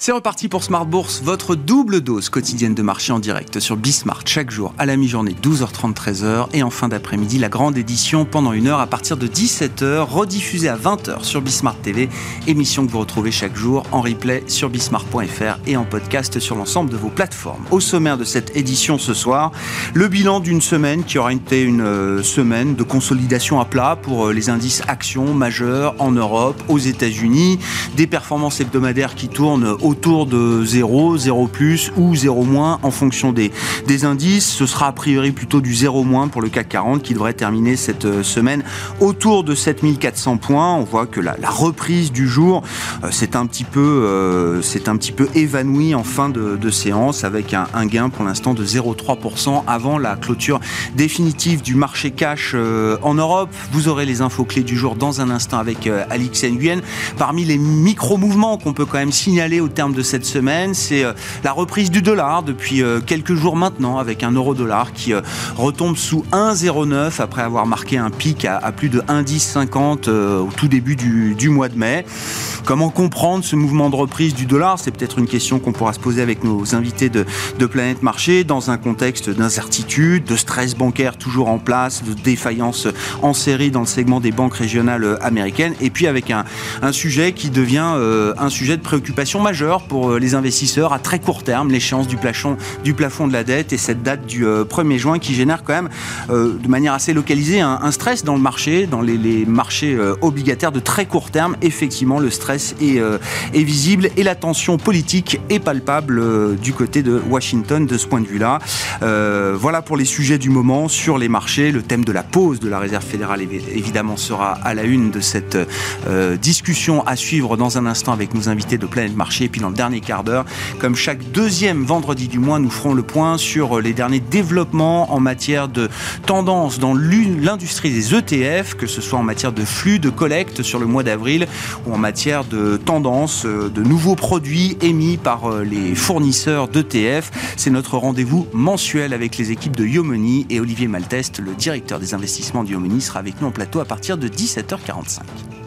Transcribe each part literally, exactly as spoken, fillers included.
C'est reparti pour Smart Bourse, votre double dose quotidienne de marché en direct sur Bismart chaque jour à la mi-journée douze heures trente treize heures et en fin d'après-midi la grande édition pendant une heure à partir de dix-sept heures, rediffusée à vingt heures sur Bismart T V, émission que vous retrouvez chaque jour en replay sur bismart point f r et en podcast sur l'ensemble de vos plateformes. Au sommaire de cette édition ce soir, le bilan d'une semaine qui aura été une euh, semaine de consolidation à plat pour euh, les indices actions majeurs en Europe, aux États-Unis, des performances hebdomadaires qui tournent autour de zéro, zéro plus ou zéro moins en fonction des, des indices. Ce sera a priori plutôt du zéro moins pour le C A C quarante qui devrait terminer cette semaine autour de sept mille quatre cents points. On voit que la, la reprise du jour euh, c'est un petit peu, euh, c'est un petit peu évanoui en fin de, de séance avec un, un gain pour l'instant de zéro virgule trois pour cent avant la clôture définitive du marché cash euh, en Europe. Vous aurez les infos clés du jour dans un instant avec euh, Alix Nguyen. Parmi les micro-mouvements qu'on peut quand même signaler au terme de cette semaine, c'est euh, la reprise du dollar depuis euh, quelques jours maintenant avec un euro-dollar qui euh, retombe sous un virgule zéro neuf après avoir marqué un pic à, à plus de un virgule dix cinquante euh, au tout début du, du mois de mai. Comment comprendre ce mouvement de reprise du dollar ? C'est peut-être une question qu'on pourra se poser avec nos invités de, de Planète Marché dans un contexte d'incertitude, de stress bancaire toujours en place, de défaillance en série dans le segment des banques régionales américaines et puis avec un, un sujet qui devient euh, un sujet de préoccupation majeure pour les investisseurs à très court terme, l'échéance du plafond, du plafond de la dette et cette date du euh, premier juin qui génère quand même euh, de manière assez localisée un, un stress dans le marché, dans les, les marchés euh, obligataires de très court terme. Effectivement, le stress est, euh, est visible et la tension politique est palpable euh, du côté de Washington de ce point de vue-là. Euh, voilà pour les sujets du moment sur les marchés. Le thème de la pause de la Réserve fédérale évidemment sera à la une de cette euh, discussion à suivre dans un instant avec nos invités de Planète Marché. Et puis dans le dernier quart d'heure, comme chaque deuxième vendredi du mois, nous ferons le point sur les derniers développements en matière de tendance dans l'industrie des E T F, que ce soit en matière de flux, de collecte sur le mois d'avril ou en matière de tendance, de nouveaux produits émis par les fournisseurs d'E T F. C'est notre rendez-vous mensuel avec les équipes de Yomoni et Olivier Malteste, le directeur des investissements de Yomoni, sera avec nous en plateau à partir de dix-sept heures quarante-cinq.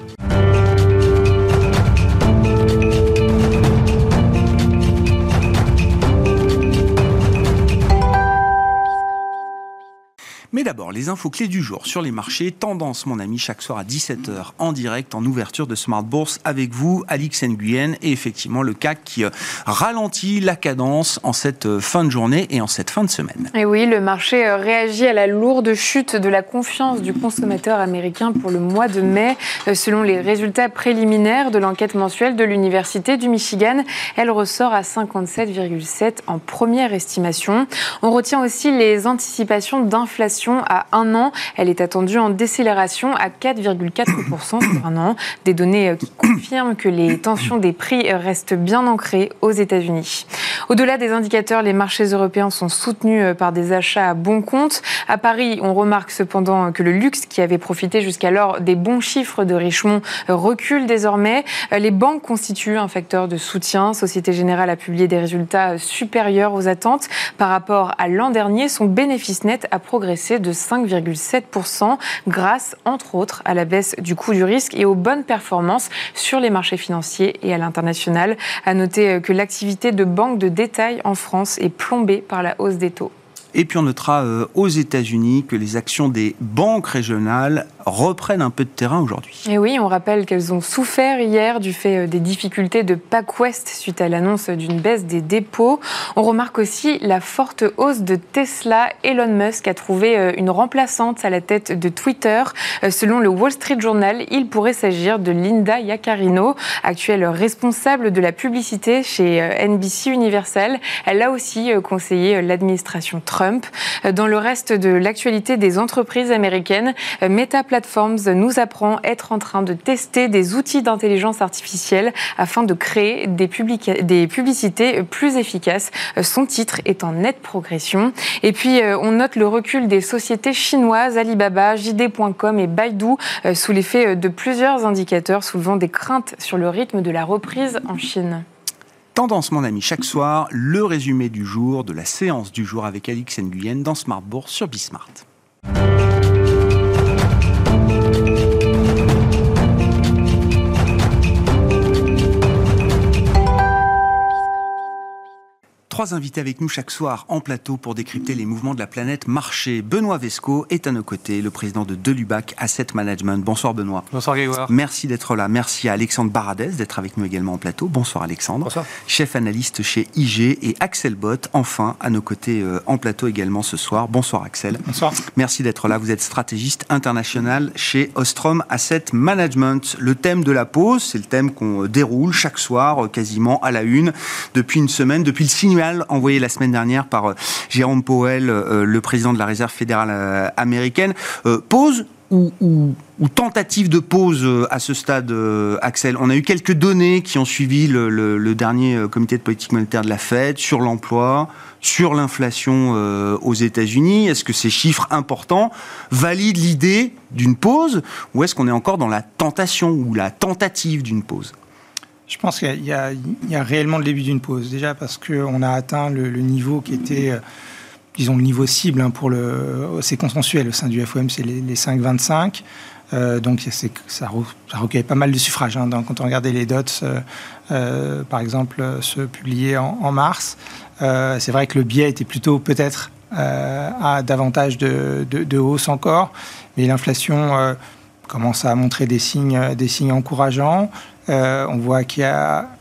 Mais d'abord, les infos clés du jour sur les marchés. Tendance, mon ami, chaque soir à dix-sept heures en direct, en ouverture de Smart Bourse avec vous, Alix Nguyen, et effectivement le C A C qui ralentit la cadence en cette fin de journée et en cette fin de semaine. Et oui, le marché réagit à la lourde chute de la confiance du consommateur américain pour le mois de mai. Selon les résultats préliminaires de l'enquête mensuelle de l'Université du Michigan, elle ressort à cinquante-sept virgule sept en première estimation. On retient aussi les anticipations d'inflation à un an. Elle est attendue en décélération à quatre virgule quatre pour cent sur un an. Des données qui confirment que les tensions des prix restent bien ancrées aux États-Unis. Au-delà des indicateurs, les marchés européens sont soutenus par des achats à bon compte. À Paris, on remarque cependant que le luxe, qui avait profité jusqu'alors des bons chiffres de Richemont, recule désormais. Les banques constituent un facteur de soutien. Société Générale a publié des résultats supérieurs aux attentes. Par rapport à l'an dernier, son bénéfice net a progressé de cinq virgule sept pour cent grâce, entre autres, à la baisse du coût du risque et aux bonnes performances sur les marchés financiers et à l'international. À noter que l'activité de banque de détail en France est plombée par la hausse des taux. Et puis on notera euh, aux États-Unis que les actions des banques régionales reprennent un peu de terrain aujourd'hui. Et oui, on rappelle qu'elles ont souffert hier du fait des difficultés de PacWest suite à l'annonce d'une baisse des dépôts. On remarque aussi la forte hausse de Tesla. Elon Musk a trouvé une remplaçante à la tête de Twitter. Selon le Wall Street Journal, il pourrait s'agir de Linda Yaccarino, actuelle responsable de la publicité chez N B C Universal. Elle a aussi conseillé l'administration Trump. Dans le reste de l'actualité des entreprises américaines, Meta Platforms nous apprend être en train de tester des outils d'intelligence artificielle afin de créer des, publica- des publicités plus efficaces. Son titre est en nette progression. Et puis, on note le recul des sociétés chinoises, Alibaba, J D point com et Baidu, sous l'effet de plusieurs indicateurs soulevant des craintes sur le rythme de la reprise en Chine. Tendance, mon ami, chaque soir, le résumé du jour, de la séance du jour avec Alix Nguyen dans Smart Bourse sur Bismart. Trois invités avec nous chaque soir en plateau pour décrypter les mouvements de la planète marché. Benoît Vesco est à nos côtés, le président de Delubac Asset Management. Bonsoir Benoît. Bonsoir Grégoire. Merci d'être là. Merci à Alexandre Baradez d'être avec nous également en plateau. Bonsoir Alexandre. Bonsoir. Chef analyste chez I G, et Axel Bott, enfin à nos côtés euh, en plateau également ce soir. Bonsoir Axel. Bonsoir. Merci d'être là. Vous êtes stratégiste international chez Ostrom Asset Management. Le thème de la pause, c'est le thème qu'on déroule chaque soir, quasiment à la une, depuis une semaine, depuis le signal envoyé la semaine dernière par Jérôme Powell, euh, le président de la Réserve fédérale euh, américaine. Euh, pause ou, ou, ou tentative de pause euh, à ce stade, euh, Axel? On a eu quelques données qui ont suivi le, le, le dernier euh, comité de politique monétaire de la Fed sur l'emploi, sur l'inflation euh, aux États-Unis. Est-ce que ces chiffres importants valident l'idée d'une pause, ou est-ce qu'on est encore dans la tentation ou la tentative d'une pause? Je pense qu'il y a, il y a réellement le début d'une pause. Déjà parce qu'on a atteint le, le niveau qui était, euh, disons, le niveau cible hein, pour le... C'est consensuel au sein du F O M, c'est les, les cinq virgule vingt-cinq. Euh, donc c'est, ça, ça recueille pas mal de suffrages. Hein, donc, quand on regardait les dots, euh, euh, par exemple, ceux publiés en, en mars, euh, c'est vrai que le biais était plutôt peut-être euh, à davantage de, de, de hausse encore. Mais l'inflation euh, commence à montrer des signes, des signes encourageants. Euh, on voit qu'il y a,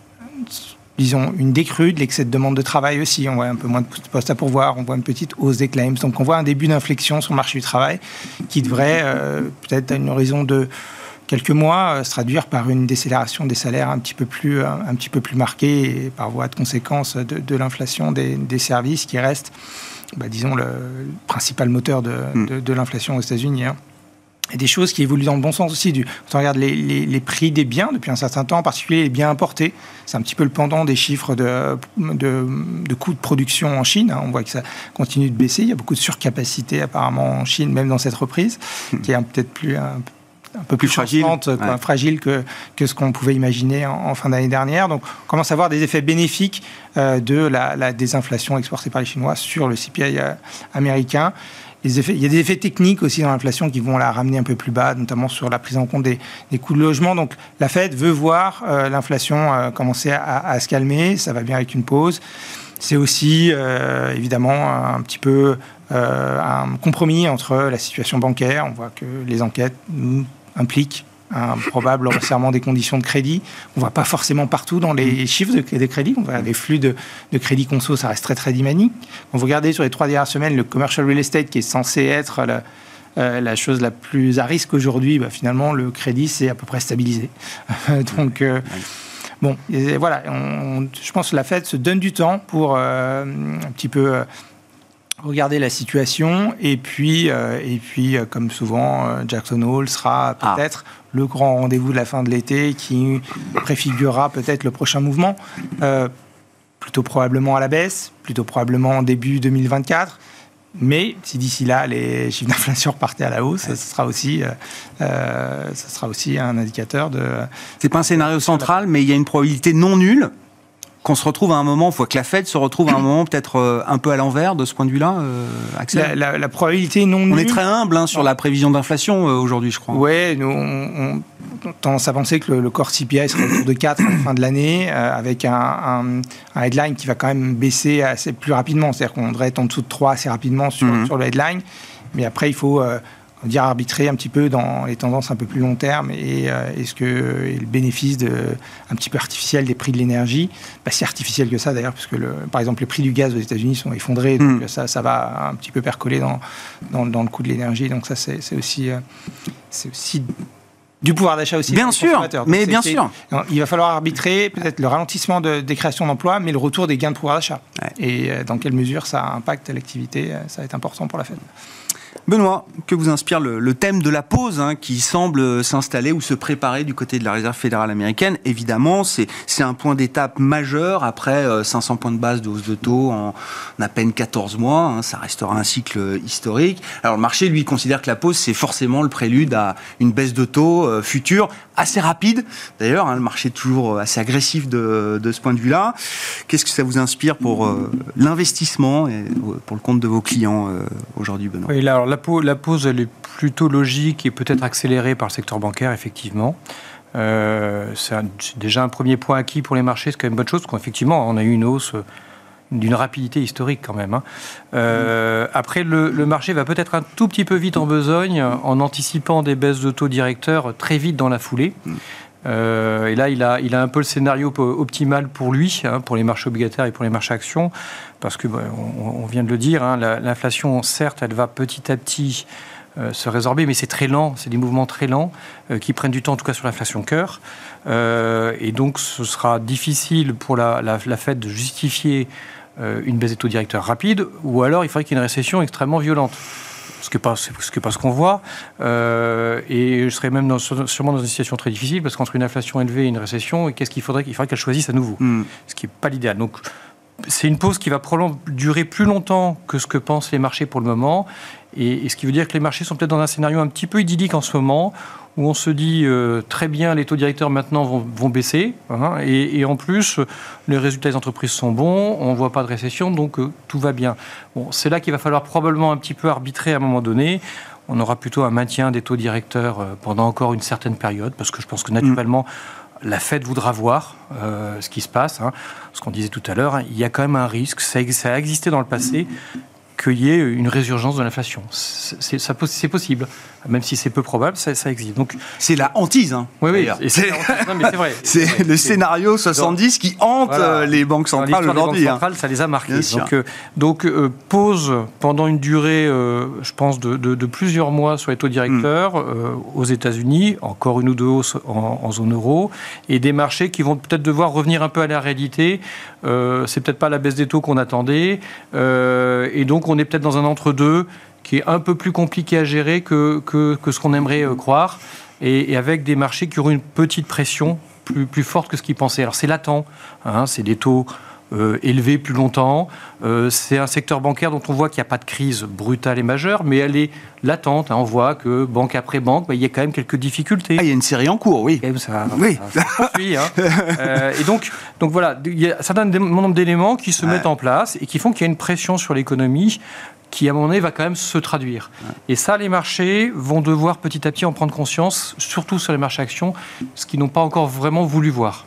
disons, une décrue de l'excès de demande de travail aussi. On voit un peu moins de postes à pourvoir, on voit une petite hausse des claims. Donc on voit un début d'inflexion sur le marché du travail qui devrait, euh, peut-être à une horizon de quelques mois, euh, se traduire par une décélération des salaires un petit peu plus, un, un petit peu plus marquée, et par voie de conséquence de, de l'inflation des, des services qui reste, bah, disons, le, le principal moteur de, de, de l'inflation aux États-Unis. Hein. Et des choses qui évoluent dans le bon sens aussi. Du, quand on regarde les, les, les prix des biens depuis un certain temps, en particulier les biens importés, c'est un petit peu le pendant des chiffres de, de, de coûts de production en Chine. On voit que ça continue de baisser. Il y a beaucoup de surcapacité apparemment en Chine, même dans cette reprise, mmh. qui est un, peut-être plus, un, un peu plus, plus fragile, quoi, ouais. fragile que, que ce qu'on pouvait imaginer en, en fin d'année dernière. Donc on commence à voir des effets bénéfiques euh, de la, la désinflation exportée par les Chinois sur le C P I euh, américain. Les effets, il y a des effets techniques aussi dans l'inflation qui vont la ramener un peu plus bas, notamment sur la prise en compte des, des coûts de logement. Donc la Fed veut voir euh, l'inflation euh, commencer à, à se calmer. Ça va bien avec une pause. C'est aussi euh, évidemment un petit peu euh, un compromis entre la situation bancaire. On voit que les enquêtes nous impliquent un probable resserrement des conditions de crédit. On ne voit pas forcément partout dans les chiffres de, de crédit. On voit les flux de, de crédit conso, ça reste très très dynamique. Quand vous regardez sur les trois dernières semaines, le commercial real estate, qui est censé être la, euh, la chose la plus à risque aujourd'hui, bah, finalement, le crédit s'est à peu près stabilisé. Donc, euh, bon, et voilà, on, je pense que la Fed se donne du temps pour euh, un petit peu... Euh, regarder la situation, et puis, euh, et puis euh, comme souvent, euh, Jackson Hole sera peut-être ah. le grand rendez-vous de la fin de l'été qui préfigurera peut-être le prochain mouvement, euh, plutôt probablement à la baisse, plutôt probablement en début deux mille vingt-quatre, mais si d'ici là les chiffres d'inflation repartaient à la hausse, ouais. ce sera aussi, euh, euh, ce sera aussi un indicateur de... C'est pas un scénario central, mais il y a une probabilité non nulle qu'on se retrouve à un moment, il faut que la Fed se retrouve à un moment peut-être euh, un peu à l'envers de ce point de vue-là, euh, Axel. La, la, la probabilité non nulle. On est très humble hein, sur la prévision d'inflation euh, aujourd'hui, je crois. Oui, nous, on, on tendance à penser que le, le core C P I sera autour de quatre à la fin de l'année, euh, avec un, un, un headline qui va quand même baisser assez plus rapidement. C'est-à-dire qu'on devrait être en dessous de trois assez rapidement sur, mm-hmm. sur le headline. Mais après, il faut... Euh, on va dire arbitrer un petit peu dans les tendances un peu plus long terme et euh, est-ce que et le bénéfice de, un petit peu artificiel des prix de l'énergie, bah, si artificiel que ça d'ailleurs, parce que le, par exemple les prix du gaz aux États-Unis sont effondrés, donc mmh. ça, ça va un petit peu percoler dans, dans, dans le coût de l'énergie, donc ça c'est, c'est, aussi, euh, c'est aussi du pouvoir d'achat aussi. Bien sûr, mais bien sûr. Il va falloir arbitrer peut-être le ralentissement de, des créations d'emplois, mais le retour des gains de pouvoir d'achat. Ouais. Et euh, dans quelle mesure ça impacte l'activité, ça va être important pour la Fed. Benoît, que vous inspire le, le thème de la pause hein, qui semble s'installer ou se préparer du côté de la Réserve fédérale américaine? Évidemment, c'est, c'est un point d'étape majeur après euh, cinq cents points de base de hausse de taux en, en à peine quatorze mois. Hein, ça restera un cycle historique. Alors le marché, lui, considère que la pause, c'est forcément le prélude à une baisse de taux euh, future, assez rapide. D'ailleurs, hein, le marché est toujours assez agressif de, de ce point de vue-là. Qu'est-ce que ça vous inspire pour euh, l'investissement et pour le compte de vos clients euh, aujourd'hui, Benoît? Oui, là, alors, la, la pause, elle est plutôt logique et peut-être accélérée par le secteur bancaire, effectivement. Euh, c'est, un, c'est déjà un premier point acquis pour les marchés, c'est quand même une bonne chose, parce qu'effectivement, on a eu une hausse d'une rapidité historique quand même. Hein. Euh, mmh. Après, le, le marché va peut-être un tout petit peu vite en besogne en anticipant des baisses de taux directeurs très vite dans la foulée. Mmh. Euh, et là, il a, il a un peu le scénario optimal pour lui, hein, pour les marchés obligataires et pour les marchés actions, parce que bah, on, on vient de le dire, hein, la, l'inflation, certes, elle va petit à petit euh, se résorber, mais c'est très lent, c'est des mouvements très lents euh, qui prennent du temps, en tout cas sur l'inflation cœur. Euh, et donc, ce sera difficile pour la, la, la Fed de justifier euh, une baisse des taux directeurs rapide, ou alors il faudrait qu'il y ait une récession extrêmement violente. Ce que pas, ce que pas ce qu'on voit, euh, et je serais même dans, sûrement dans une situation très difficile, parce qu'entre une inflation élevée et une récession, qu'est-ce qu'il faudrait, il faudrait qu'elle choisisse à nouveau, mm. ce qui n'est pas l'idéal. Donc, c'est une pause qui va probablement durer plus longtemps que ce que pensent les marchés pour le moment, et, et ce qui veut dire que les marchés sont peut-être dans un scénario un petit peu idyllique en ce moment, où on se dit euh, très bien, les taux directeurs maintenant vont, vont baisser, hein, et, et en plus, les résultats des entreprises sont bons, on ne voit pas de récession, donc euh, tout va bien. Bon, c'est là qu'il va falloir probablement un petit peu arbitrer à un moment donné. On aura plutôt un maintien des taux directeurs euh, pendant encore une certaine période, parce que je pense que naturellement, mmh. la Fed voudra voir euh, ce qui se passe. Hein. Ce qu'on disait tout à l'heure, hein, il y a quand même un risque, ça, ça a existé dans le passé, qu'il y ait une résurgence de l'inflation. C'est, ça, c'est possible, même si c'est peu probable, ça, ça existe. Donc, c'est la hantise, hein. Oui, oui. Et c'est, non, mais c'est vrai. C'est, c'est vrai. Le c'est... scénario soixante-dix qui hante voilà. les banques centrales aujourd'hui. Les banques centrales, hein. Ça les a marquées. Donc, euh, donc euh, pause pendant une durée, euh, je pense, de, de, de plusieurs mois sur les taux directeurs mm. euh, aux États-Unis, encore une ou deux hausses en, en zone euro, et des marchés qui vont peut-être devoir revenir un peu à la réalité. Euh, c'est peut-être pas la baisse des taux qu'on attendait, euh, et donc on est peut-être dans un entre-deux qui est un peu plus compliqué à gérer que, que, que ce qu'on aimerait euh, croire, et, et avec des marchés qui auront une petite pression plus, plus forte que ce qu'ils pensaient. Alors c'est latent, hein, c'est des taux euh, élevés plus longtemps, euh, c'est un secteur bancaire dont on voit qu'il n'y a pas de crise brutale et majeure, mais elle est latente, hein, on voit que banque après banque, bah, il y a quand même quelques difficultés. Ah, il y a une série en cours, oui. Et ça, oui. ça, ça poursuit, hein. euh, et donc, donc voilà, il y a un certain nombre d'éléments qui se ouais. mettent en place et qui font qu'il y a une pression sur l'économie qui, à un moment donné, va quand même se traduire. Ouais. Et ça, les marchés vont devoir petit à petit en prendre conscience, surtout sur les marchés actions, ce qu'ils n'ont pas encore vraiment voulu voir.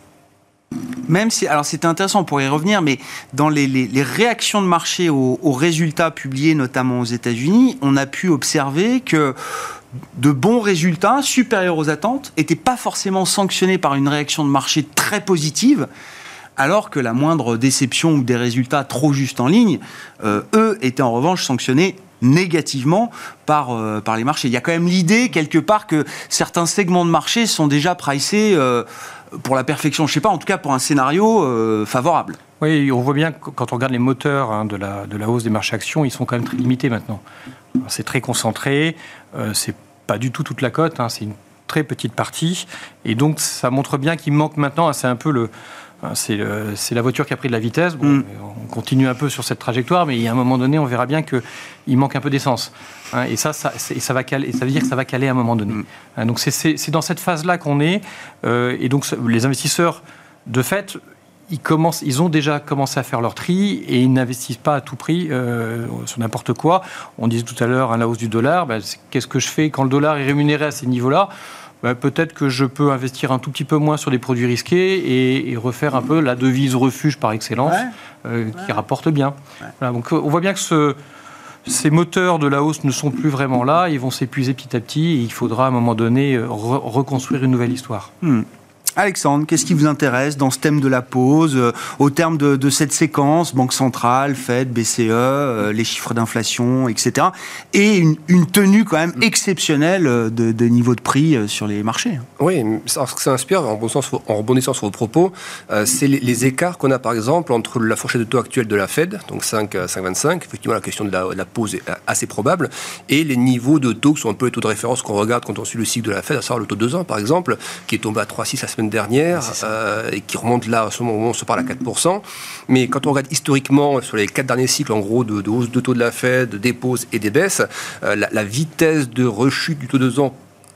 Même si, alors c'était intéressant, on pourrait y revenir, mais dans les, les, les réactions de marché aux, aux résultats publiés, notamment aux États-Unis, on a pu observer que de bons résultats supérieurs aux attentes n'étaient pas forcément sanctionnés par une réaction de marché très positive, alors que la moindre déception ou des résultats trop justes en ligne, euh, eux, étaient en revanche sanctionnés négativement par, euh, par les marchés. Il y a quand même l'idée, quelque part, que certains segments de marché sont déjà pricés euh, pour la perfection, je ne sais pas, en tout cas pour un scénario euh, favorable. Oui, on voit bien que quand on regarde les moteurs hein, de, la, de la hausse des marchés actions, ils sont quand même très limités maintenant. Alors, c'est très concentré, euh, c'est pas du tout toute la cote, hein, c'est une très petite partie, et donc ça montre bien qu'il manque maintenant, hein, c'est un peu le... C'est, le, c'est la voiture qui a pris de la vitesse. Bon, mm. On continue un peu sur cette trajectoire, mais il y a un moment donné, on verra bien qu'il manque un peu d'essence. Hein, et ça, ça, ça, va caler, ça veut dire que ça va caler à un moment donné. Mm. Hein, donc c'est, c'est, c'est dans cette phase-là qu'on est. Euh, et donc les investisseurs, de fait, ils, commencent, ils ont déjà commencé à faire leur tri et ils n'investissent pas à tout prix euh, sur n'importe quoi. On disait tout à l'heure, hein, la hausse du dollar, ben, qu'est-ce que je fais quand le dollar est rémunéré à ces niveaux-là ? Ben, peut-être que je peux investir un tout petit peu moins sur des produits risqués et, et refaire un peu la devise refuge par excellence, ouais. euh, ouais. qui rapporte bien. Ouais. Voilà, donc on voit bien que ce, ces moteurs de la hausse ne sont plus vraiment là, ils vont s'épuiser petit à petit et il faudra à un moment donné re- reconstruire une nouvelle histoire. Hmm. Alexandre, qu'est-ce qui vous intéresse dans ce thème de la pause, euh, au terme de, de cette séquence, Banque centrale, Fed, B C E, euh, les chiffres d'inflation, et cetera, et une, une tenue quand même exceptionnelle de, de niveau de prix euh, sur les marchés. Oui, ce que ça inspire, en, bon sens, en rebondissant sur vos propos, euh, c'est les, les écarts qu'on a par exemple entre la fourchette de taux actuelle de la Fed, donc cinq à cinq virgule vingt-cinq, effectivement la question de la, de la pause est assez probable, et les niveaux de taux qui sont un peu les taux de référence qu'on regarde quand on suit le cycle de la Fed, à savoir le taux deux ans par exemple, qui est tombé à trois virgule six la semaine dernière euh, et qui remonte là à ce moment où on se parle à quatre pour cent. Mais quand on regarde historiquement sur les quatre derniers cycles en gros de, de hausse de taux de la Fed, des pauses et des baisses, euh, la, la vitesse de rechute du taux de deux ans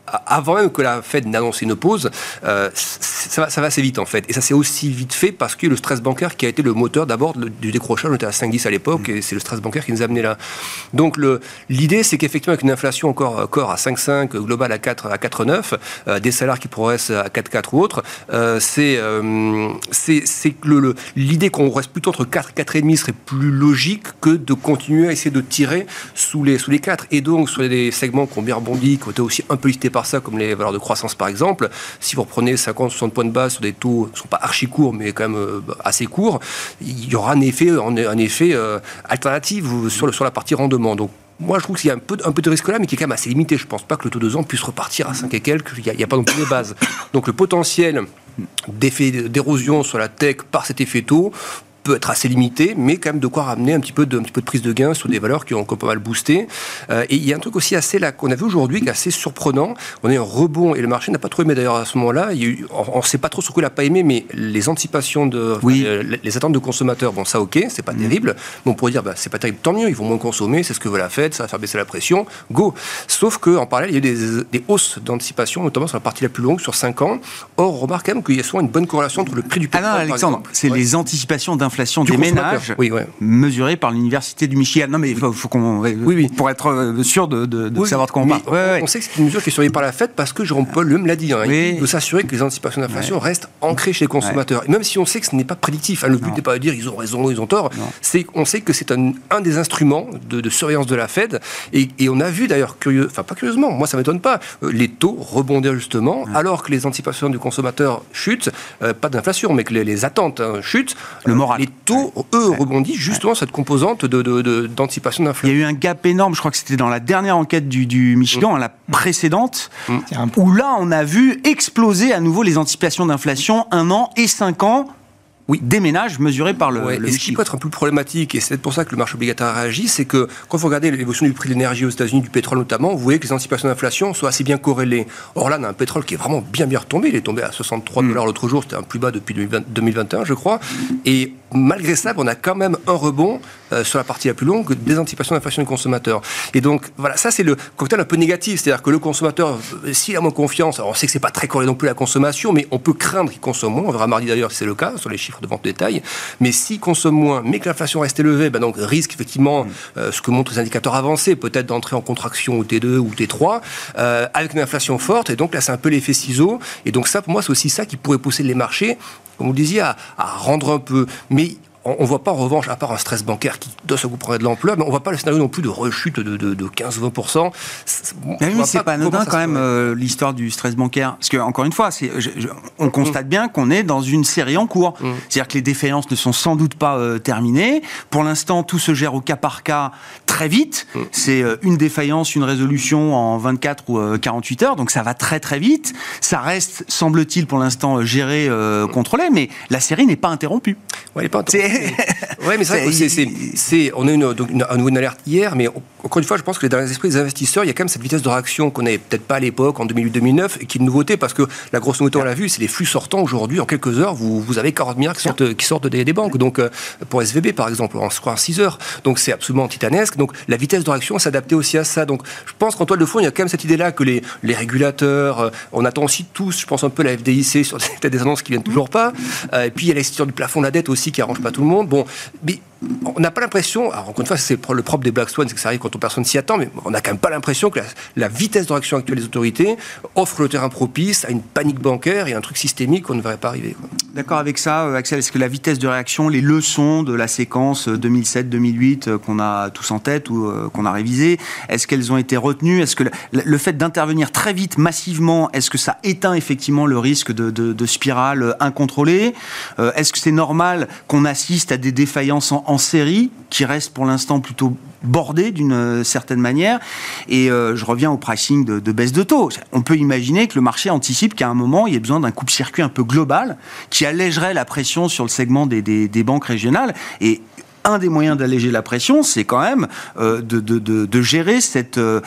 avant même que la Fed n'annonce une pause, euh, ça, va, ça va assez vite en fait. Et ça s'est aussi vite fait parce que le stress bancaire qui a été le moteur d'abord du décrochage, on était à cinq dix à l'époque, mmh. et c'est le stress bancaire qui nous a amené là. Donc le, l'idée, c'est qu'effectivement, avec une inflation encore, encore à cinq cinq, globale à quatre à quatre neuf, euh, des salaires qui progressent à quatre quatre ou autre, euh, c'est, euh, c'est, c'est que le, le, l'idée qu'on reste plutôt entre quatre et quatre virgule cinq serait plus logique que de continuer à essayer de tirer sous les, sous les quatre. Et donc, sur des segments qui ont bien rebondi, qui ont été aussi un peu listés par ça, comme les valeurs de croissance par exemple, si vous reprenez cinquante soixante points de base sur des taux qui ne sont pas archi courts, mais quand même euh, assez courts, il y aura un effet, un effet euh, alternatif sur, le, sur la partie rendement. Donc, moi, je trouve qu'il y a un peu, un peu de risque là, mais qui est quand même assez limité. Je ne pense pas que le taux de deux ans puisse repartir à cinq et quelques. Il n'y a, a pas non plus de base. Donc, le potentiel d'effet d'érosion sur la tech par cet effet taux peut être assez limité, mais quand même de quoi ramener un petit peu de, un petit peu de prise de gain sur des valeurs qui ont, qui ont pas mal boosté. Euh, et il y a un truc aussi assez là qu'on a vu aujourd'hui qui est assez surprenant. On a eu un rebond et le marché n'a pas trop aimé d'ailleurs à ce moment-là. Il y a eu, on ne sait pas trop sur quoi il n'a pas aimé, mais les anticipations de, oui. euh, les, les attentes de consommateurs, bon ça ok, c'est pas mmh. terrible, mais on pourrait dire bah, c'est pas terrible, tant mieux, ils vont moins consommer, c'est ce que veut la Fed, ça va faire baisser la pression, go. Sauf qu'en parallèle, il y a eu des, des hausses d'anticipation, notamment sur la partie la plus longue, sur cinq ans. Or, on remarque quand même qu'il y a souvent une bonne corrélation entre le prix du pétrole. Ah non, Alexandre, c'est ouais. les anticipations d'inflation du des ménages. Oui, ouais. mesuré par l'université du Michigan. Non, mais il faut, faut qu'on... Oui, oui. Pour être sûr de, de, de oui, savoir de quoi on parle. Ouais, ouais. On sait que c'est une mesure qui est surveillée par la Fed parce que Jérôme Paul lui-même l'a dit. Hein, oui. Il veut s'assurer que les anticipations d'inflation ouais. restent ancrées chez les consommateurs. Ouais. Et même si on sait que ce n'est pas prédictif, hein, le but non. n'est pas de dire ils ont raison, ils ont tort, c'est, on sait que c'est un, un des instruments de, de surveillance de la Fed. Et, et on a vu d'ailleurs, curieux, enfin pas curieusement, moi ça ne m'étonne pas, euh, les taux rebondir justement, ouais. alors que les anticipations du consommateur chutent, euh, pas d'inflation, mais que les, les attentes hein, chutent. Le moral. Les taux, ouais. eux, ouais. rebondissent justement cette composante de, de, de, d'anticipation d'inflation. Il y a eu un gap énorme, je crois que c'était dans la dernière enquête du, du Michigan, mmh. la précédente, mmh. où là on a vu exploser à nouveau les anticipations d'inflation un an et cinq ans. Oui, des ménages mesurés par le, ouais, le et ce qui peut être un peu problématique, et c'est pour ça que le marché obligataire réagit, c'est que quand vous regardez l'évolution du prix de l'énergie aux États-Unis, du pétrole notamment, vous voyez que les anticipations d'inflation sont assez bien corrélées. Or là, on a un pétrole qui est vraiment bien bien retombé. Il est tombé à soixante-trois dollars mmh. l'autre jour, c'était un plus bas depuis deux mille vingt et un, je crois. Et malgré ça, on a quand même un rebond euh, sur la partie la plus longue des anticipations d'inflation des consommateurs. Et donc, voilà, ça c'est le cocktail un peu négatif, c'est-à-dire que le consommateur, s'il a moins confiance, alors on sait que c'est pas très corrélé non plus à la consommation, mais on peut craindre qu'il consomme moins. On verra mardi d'ailleurs si c'est le cas sur les chiffres de vente détail. Mais s'il consomme moins, mais que l'inflation reste élevée, ben donc risque effectivement, euh, ce que montrent les indicateurs avancés, peut-être d'entrer en contraction au T deux ou T trois, euh, avec une inflation forte. Et donc là, c'est un peu l'effet ciseau. Et donc ça, pour moi, c'est aussi ça qui pourrait pousser les marchés, comme vous le disiez, à, à rendre un peu. Mais on ne voit pas en revanche, à part un stress bancaire qui de ce coup prendrait de l'ampleur, mais on ne voit pas le scénario non plus de rechute de, de, de quinze à vingt pour cent. Bon, mais oui, c'est pas, pas anodin quand même euh, l'histoire du stress bancaire. Parce que, encore une fois, c'est, je, je, on constate mmh. bien qu'on est dans une série en cours. Mmh. C'est-à-dire que les défaillances ne sont sans doute pas euh, terminées. Pour l'instant, tout se gère au cas par cas très vite. Mmh. C'est euh, une défaillance, une résolution en vingt-quatre ou euh, quarante-huit heures. Donc ça va très très vite. Ça reste, semble-t-il, pour l'instant, géré, euh, contrôlé. Mais la série n'est pas interrompue. Ouais, elle n'est pas interrompue. Oui, mais c'est vrai que c'est, c'est, c'est, on a une, donc une, un nouveau une alerte hier, mais encore une fois, je pense que dans les esprits des investisseurs, il y a quand même cette vitesse de réaction qu'on n'avait peut-être pas à l'époque, en deux mille huit deux mille neuf, et qui est une nouveauté, parce que la grosse nouveauté, on l'a vu, c'est les flux sortants aujourd'hui, en quelques heures, vous, vous avez quarante milliards qui sortent, qui sortent des, des banques. Donc, euh, pour S V B, par exemple, en, en six heures. Donc, c'est absolument titanesque. Donc, la vitesse de réaction s'adapter aussi à ça. Donc, je pense qu'en toile de fond, il y a quand même cette idée-là que les, les régulateurs, euh, on attend aussi tous, je pense un peu la F D I C sur des, des annonces qui viennent toujours pas. Euh, et puis, il y a la question du plafond de la dette aussi qui arrange pas tout le monde. Bon, mais on n'a pas l'impression, alors encore une fois, c'est le propre des Black Swan, c'est que ça arrive quand personne s'y attend, mais on n'a quand même pas l'impression que la, la vitesse de réaction actuelle des autorités offre le terrain propice à une panique bancaire et un truc systémique qu'on ne verrait pas arriver, quoi. D'accord avec ça, Axel. Est-ce que la vitesse de réaction, les leçons de la séquence deux mille sept deux mille huit euh, qu'on a tous en tête ou euh, qu'on a révisé, est-ce qu'elles ont été retenues? Est-ce que le, le fait d'intervenir très vite, massivement, est-ce que ça éteint effectivement le risque de, de, de spirale incontrôlée? euh, Est-ce que c'est normal qu'on assiste à des défaillances en, en série qui restent pour l'instant plutôt bordées d'une euh, certaine manière? Et euh, je reviens au pricing de, de baisse de taux. On peut imaginer que le marché anticipe qu'à un moment, il y ait besoin d'un coupe-circuit un peu global qui allégerait la pression sur le segment des, des, des banques régionales. Et un des moyens d'alléger la pression, c'est quand même euh, de, de, de, de gérer cette, euh,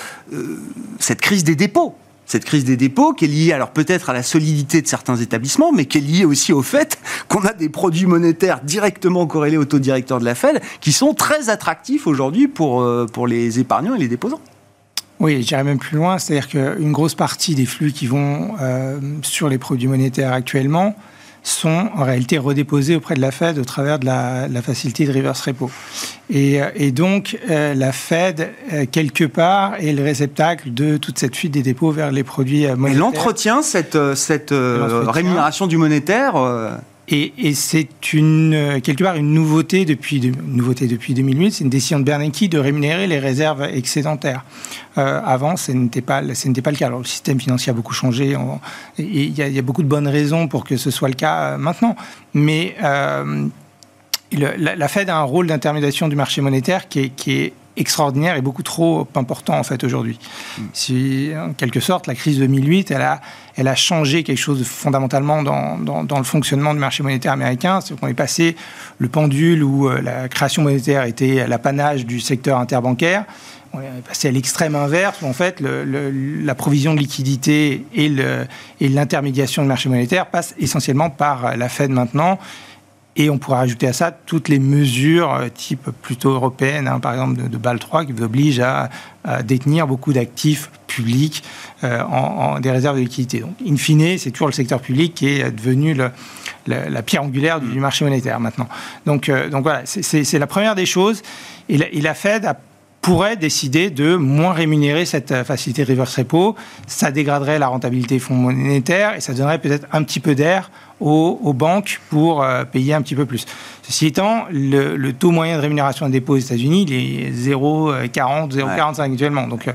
cette crise des dépôts. Cette crise des dépôts qui est liée alors peut-être à la solidité de certains établissements, mais qui est liée aussi au fait qu'on a des produits monétaires directement corrélés au taux directeur de la Fed qui sont très attractifs aujourd'hui pour, euh, pour les épargnants et les déposants. Oui, j'irais même plus loin, c'est-à-dire qu'une grosse partie des flux qui vont euh, sur les produits monétaires actuellement sont en réalité redéposés auprès de la Fed au travers de la, la facilité de reverse repo. Et, et donc, euh, la Fed, euh, quelque part, est le réceptacle de toute cette fuite des dépôts vers les produits euh, monétaires. Et l'entretien, cette, cette euh, rémunération du monétaire euh... Et, et c'est une, quelque part une nouveauté depuis, une nouveauté depuis deux mille huit, c'est une décision de Bernanke de rémunérer les réserves excédentaires. Euh, avant, ce n'était pas, ce n'était pas le cas. Alors, le système financier a beaucoup changé, on, et il y, y a beaucoup de bonnes raisons pour que ce soit le cas maintenant. Mais euh, le, la, la Fed a un rôle d'intermédiation du marché monétaire qui est, qui est extraordinaire et beaucoup trop important en fait aujourd'hui. Mmh. Si, en quelque sorte, la crise deux mille huit, elle a, elle a changé quelque chose de fondamentalement dans, dans, dans le fonctionnement du marché monétaire américain. C'est qu'on est passé le pendule où euh, la création monétaire était l'apanage du secteur interbancaire. On est passé à l'extrême inverse où en fait le, le, la provision de liquidités et, le, et l'intermédiation du marché monétaire passe essentiellement par la Fed maintenant. Et on pourrait ajouter à ça toutes les mesures euh, type plutôt européennes, hein, par exemple de, de Bâle trois, qui vous obligent à, à détenir beaucoup d'actifs publics euh, en, en des réserves de liquidité. Donc, in fine, c'est toujours le secteur public qui est devenu le, le, la pierre angulaire du, du marché monétaire maintenant. Donc, euh, donc voilà, c'est, c'est, c'est la première des choses. Et la, et la Fed a pourrait décider de moins rémunérer cette facilité reverse repo. Ça dégraderait la rentabilité des fonds monétaires et ça donnerait peut-être un petit peu d'air aux, aux banques pour euh, payer un petit peu plus. Ceci étant, le, le taux moyen de rémunération des dépôts aux États-Unis, il est zéro virgule quarante, zéro virgule quarante-cinq ouais. actuellement. Donc,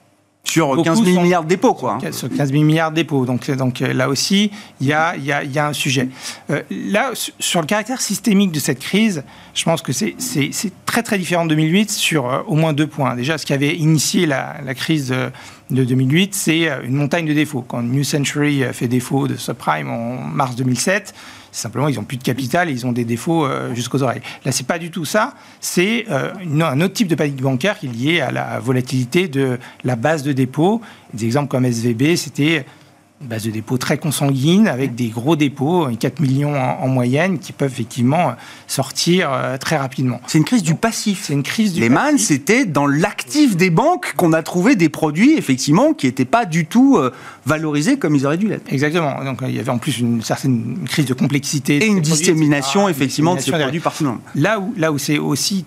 sur quinze mille milliards de dépôts, quoi. Sur quinze mille milliards de dépôts. Donc, donc là aussi, il y a, y, a, y a un sujet. Euh, là, sur le caractère systémique de cette crise, je pense que c'est, c'est, c'est très, très différent de deux mille huit sur euh, au moins deux points. Déjà, ce qui avait initié la, la crise de, de deux mille huit, c'est une montagne de défauts. Quand New Century fait défaut de subprime en mars deux mille sept, simplement, ils n'ont plus de capital et ils ont des défauts euh, jusqu'aux oreilles. Là, ce n'est pas du tout ça. C'est euh, une, un autre type de panique bancaire qui est lié à la volatilité de la base de dépôt. Des exemples comme S V B, c'était une base de dépôt très consanguine avec des gros dépôts, quatre millions en, en moyenne, qui peuvent effectivement sortir euh, très rapidement. C'est une crise du passif. C'est une crise du Les passif. man, c'était dans l'actif des banques qu'on a trouvé des produits, effectivement, qui n'étaient pas du tout euh, valorisés comme ils auraient dû l'être. Exactement. Donc, il y avait en plus une certaine une crise de complexité. Et une produits, dissémination, et cetera, effectivement, une de ces dissémination produits partout dans le monde. Là où, là où c'est aussi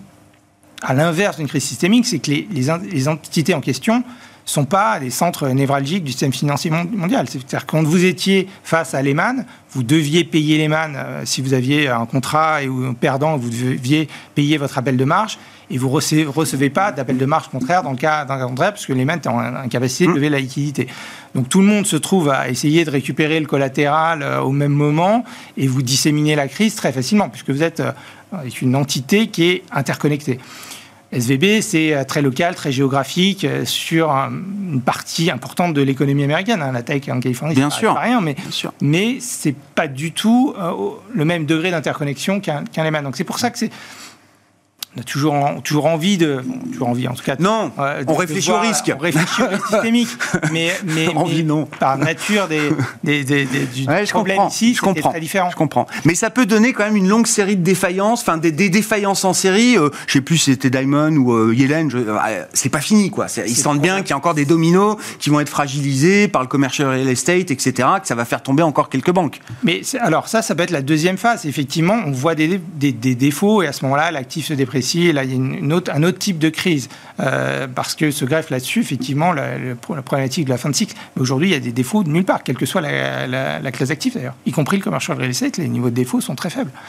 à l'inverse d'une crise systémique, c'est que les, les, les entités en question ne sont pas des centres névralgiques du système financier mondial. C'est-à-dire que quand vous étiez face à Lehman, vous deviez payer Lehman euh, si vous aviez un contrat et ou perdant, vous deviez payer votre appel de marge et vous ne recevez, recevez pas d'appel de marge contraire dans le cas d'un contraire parce que Lehman est en incapacité de lever la liquidité. Donc tout le monde se trouve à essayer de récupérer le collatéral euh, au même moment et vous disséminez la crise très facilement puisque vous êtes euh, une entité qui est interconnectée. S V B, c'est très local, très géographique, sur une partie importante de l'économie américaine. La tech en Californie, Bien c'est sûr. pas rien, mais, Bien sûr. mais c'est pas du tout euh, le même degré d'interconnexion qu'un, qu'un Lehman. Donc c'est pour ça que c'est... On a toujours, en, toujours envie de... Bon, toujours envie, en tout cas... De, non, euh, de, on réfléchit voir, au risque. On réfléchit au risque systémique. Mais, mais, envie, mais non. par nature des, des, des, des, du ouais, je problème comprends, ici, je c'est comprends, très différent. Je comprends. Mais ça peut donner quand même une longue série de défaillances, enfin des, des défaillances en série. Euh, je sais plus si c'était Diamond ou euh, Yellen. Je, euh, c'est pas fini, quoi. C'est, ils c'est sentent bien vrai. qu'il y a encore des dominos qui vont être fragilisés par le commercial real estate, et cetera, que ça va faire tomber encore quelques banques. Mais c'est, alors ça, ça peut être la deuxième phase. Effectivement, on voit des, des, des défauts et à ce moment-là, l'actif se déprécie. Et là, il y a une, une autre, un autre type de crise euh, parce que se greffe là-dessus, effectivement, la, la problématique de la fin de cycle. Mais aujourd'hui, il y a des défauts de nulle part, quelle que soit la, la, la classe active d'ailleurs, y compris le commercial real estate. Les niveaux de défauts sont très faibles.